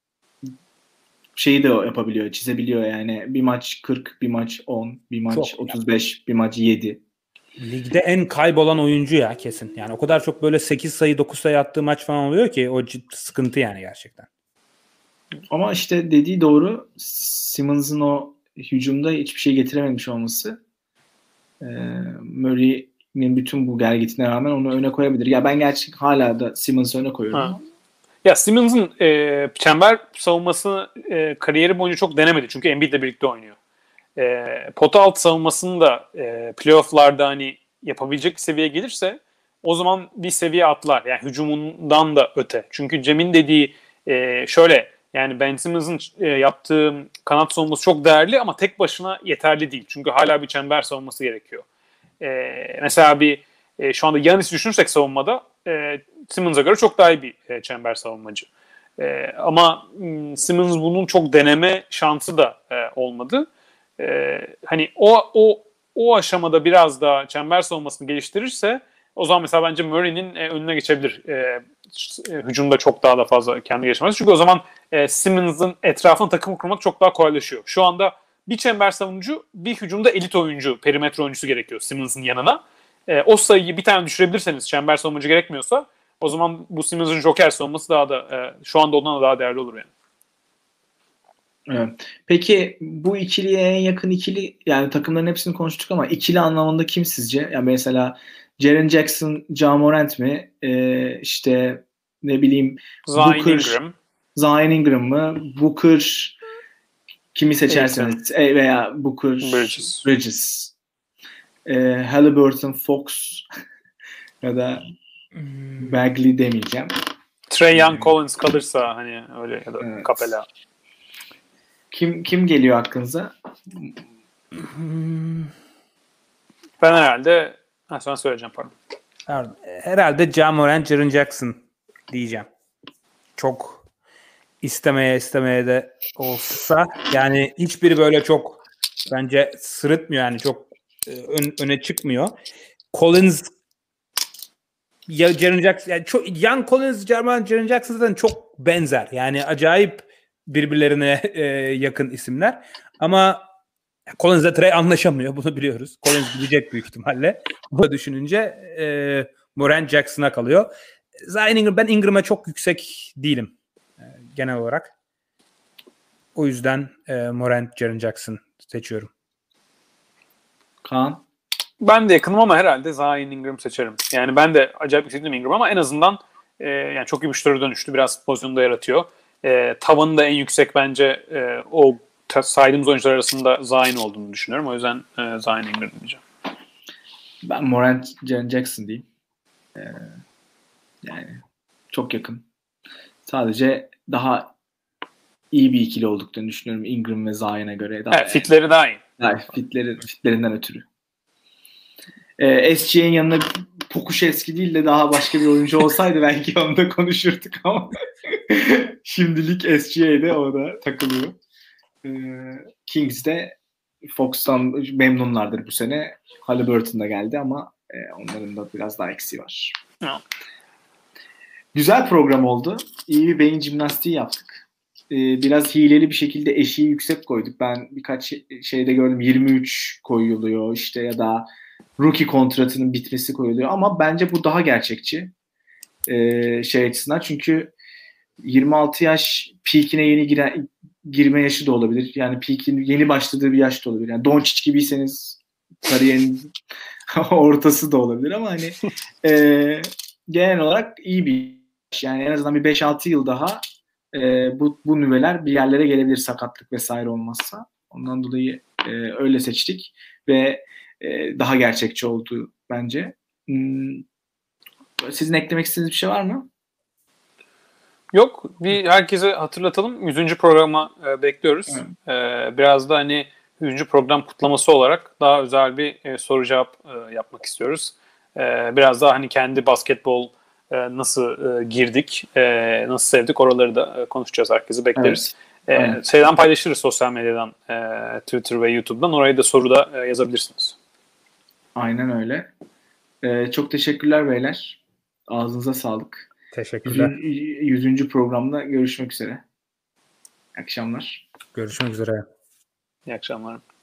şeyi de yapabiliyor, çizebiliyor yani. Bir maç kırk, bir maç on, bir maç çok otuz beş, yani. Bir maç yedi. Ligde en kaybolan oyuncu ya kesin. Yani o kadar çok böyle sekiz sayı dokuz sayı attığı maç falan oluyor ki o ciddi sıkıntı yani gerçekten. Ama işte dediği doğru. Simmons'ın o hücumda hiçbir şey getirememiş olması e, Murray'nin bütün bu gelgitine rağmen onu öne koyabilir. Ya ben gerçekten hala da Simmons'ı öne koyuyorum. Ha. Ya Simmons'ın e, çember savunmasını e, kariyeri boyunca çok denemedi. Çünkü Embiid'le birlikte oynuyor. E, pota alt savunmasını da e, playoff'larda hani yapabilecek bir seviyeye gelirse o zaman bir seviye atlar. Yani hücumundan da öte. Çünkü Cem'in dediği e, şöyle yani Ben Simmons'ın e, yaptığı kanat savunması çok değerli ama tek başına yeterli değil. Çünkü hala bir çember savunması gerekiyor. E, mesela bir e, şu anda Giannis'i düşünürsek savunmada e, Simmons'a göre çok daha iyi bir e, çember savunmacı. E, ama m, Simmons bunun çok deneme şansı da e, olmadı. E, hani o o o aşamada biraz daha çember savunmasını geliştirirse o zaman mesela bence Murray'nin e, önüne geçebilir. E, e, hücumda çok daha da fazla kendi gelişmesi. Çünkü o zaman e, Simmons'ın etrafına takım kurmak çok daha kolaylaşıyor. Şu anda bir çember savunucu, bir hücumda elit oyuncu, perimetre oyuncusu gerekiyor Simmons'ın yanına. E, o sayıyı bir tane düşürebilirseniz çember savunucu gerekmiyorsa o zaman bu Simmons'ın joker savunması daha da e, şu anda ondan da daha değerli olur yani. Evet. Peki bu ikiliye en yakın ikili yani takımların hepsini konuştuk ama ikili anlamında kim sizce? Yani mesela Jaren Jackson, Ja Morant mi? Ee, işte ne bileyim Zion Booker, Ingram. Zion Ingram mı? Booker kimi seçerseniz e, veya Booker, Bridges. Bridges. Ee, Halliburton, Fox ya da hmm. Bagley demeyeceğim. Trae Young, hmm. Collins kalırsa hani öyle ya da evet. Capela. Kim kim geliyor aklınıza? Ben herhalde ha, sonra söyleyeceğim pardon. Herhalde Ja Morant, Jaren Jackson diyeceğim. Çok istemeye istemeye de olsa yani hiçbiri böyle çok bence sırıtmıyor yani çok ön, öne çıkmıyor. Collins ya Jaren Jackson yani çok Young Collins, Jaren Jackson zaten çok benzer. Yani acayip birbirlerine e, yakın isimler. Ama Collins'le Trae anlaşamıyor. Bunu biliyoruz. Collins gidecek büyük ihtimalle. Bu düşününce e, Morant Jackson'a kalıyor. Zion Ingram, ben Ingram'a çok yüksek değilim. E, genel olarak. O yüzden e, Morant, Jaren Jackson seçiyorum. Kaan? Ben de yakınım ama herhalde Zion Ingram seçerim. Yani ben de acayip yüksektim Ingram ama en azından e, yani çok iyi bir şutörü dönüştü. Biraz pozisyonda yaratıyor. E, tavanı da en yüksek bence e, o saydığımız oyuncular arasında Zion olduğunu düşünüyorum. O yüzden e, Zion Ingram diyeceğim. Ben Morant, Jaren Jackson diyeyim. Ee, yani çok yakın. Sadece daha iyi bir ikili olduklarını düşünüyorum Ingram ve Zion'a göre. Daha evet, fitleri daha iyi. Evet, fitleri, fitlerinden ötürü. Ee, S G A'nin yanına Pokusevski değil de daha başka bir oyuncu olsaydı belki onu da konuşurduk ama şimdilik S G A'de o da takılıyor. Ee, Kings'de Fox'tan memnunlardır bu sene. Halliburton da geldi ama e, onların da biraz daha eksiği var. Evet. Güzel program oldu. İyi bir beyin jimnastiği yaptık. Ee, biraz hileli bir şekilde eşiği yüksek koyduk. Ben birkaç şeyde gördüm yirmi üç koyuluyor işte ya da rookie kontratının bitmesi koyuluyor ama bence bu daha gerçekçi ee, şey açısından çünkü yirmi altı yaş peak'ine yeni giren, girme yaşı da olabilir. Yani peak'in yeni başladığı bir yaş da olabilir. Yani Doncic gibiyseniz kariyerin ortası da olabilir ama hani e, genel olarak iyi bir yaş. Yani en azından bir beş altı yıl daha e, bu, bu nüveler bir yerlere gelebilir sakatlık vesaire olmazsa. Ondan dolayı e, öyle seçtik ve e, daha gerçekçi oldu bence. Hmm, sizin eklemek istediğiniz bir şey var mı? Yok, bir herkese hatırlatalım. yüzüncü programa e, bekliyoruz. E, biraz da hani yüzüncü program kutlaması olarak daha özel bir e, soru cevap e, yapmak istiyoruz. E, biraz daha hani kendi basketbol e, nasıl e, girdik, e, nasıl sevdik oraları da e, konuşacağız. Herkesi bekleriz. Evet. E, şeyden paylaşırız sosyal medyadan, e, Twitter ve YouTube'dan. Oraya da soru da e, yazabilirsiniz. Aynen öyle. E, çok teşekkürler beyler. Ağzınıza sağlık. Teşekkürler. yüzüncü programda görüşmek üzere. İyi akşamlar. Görüşmek üzere. İyi akşamlar.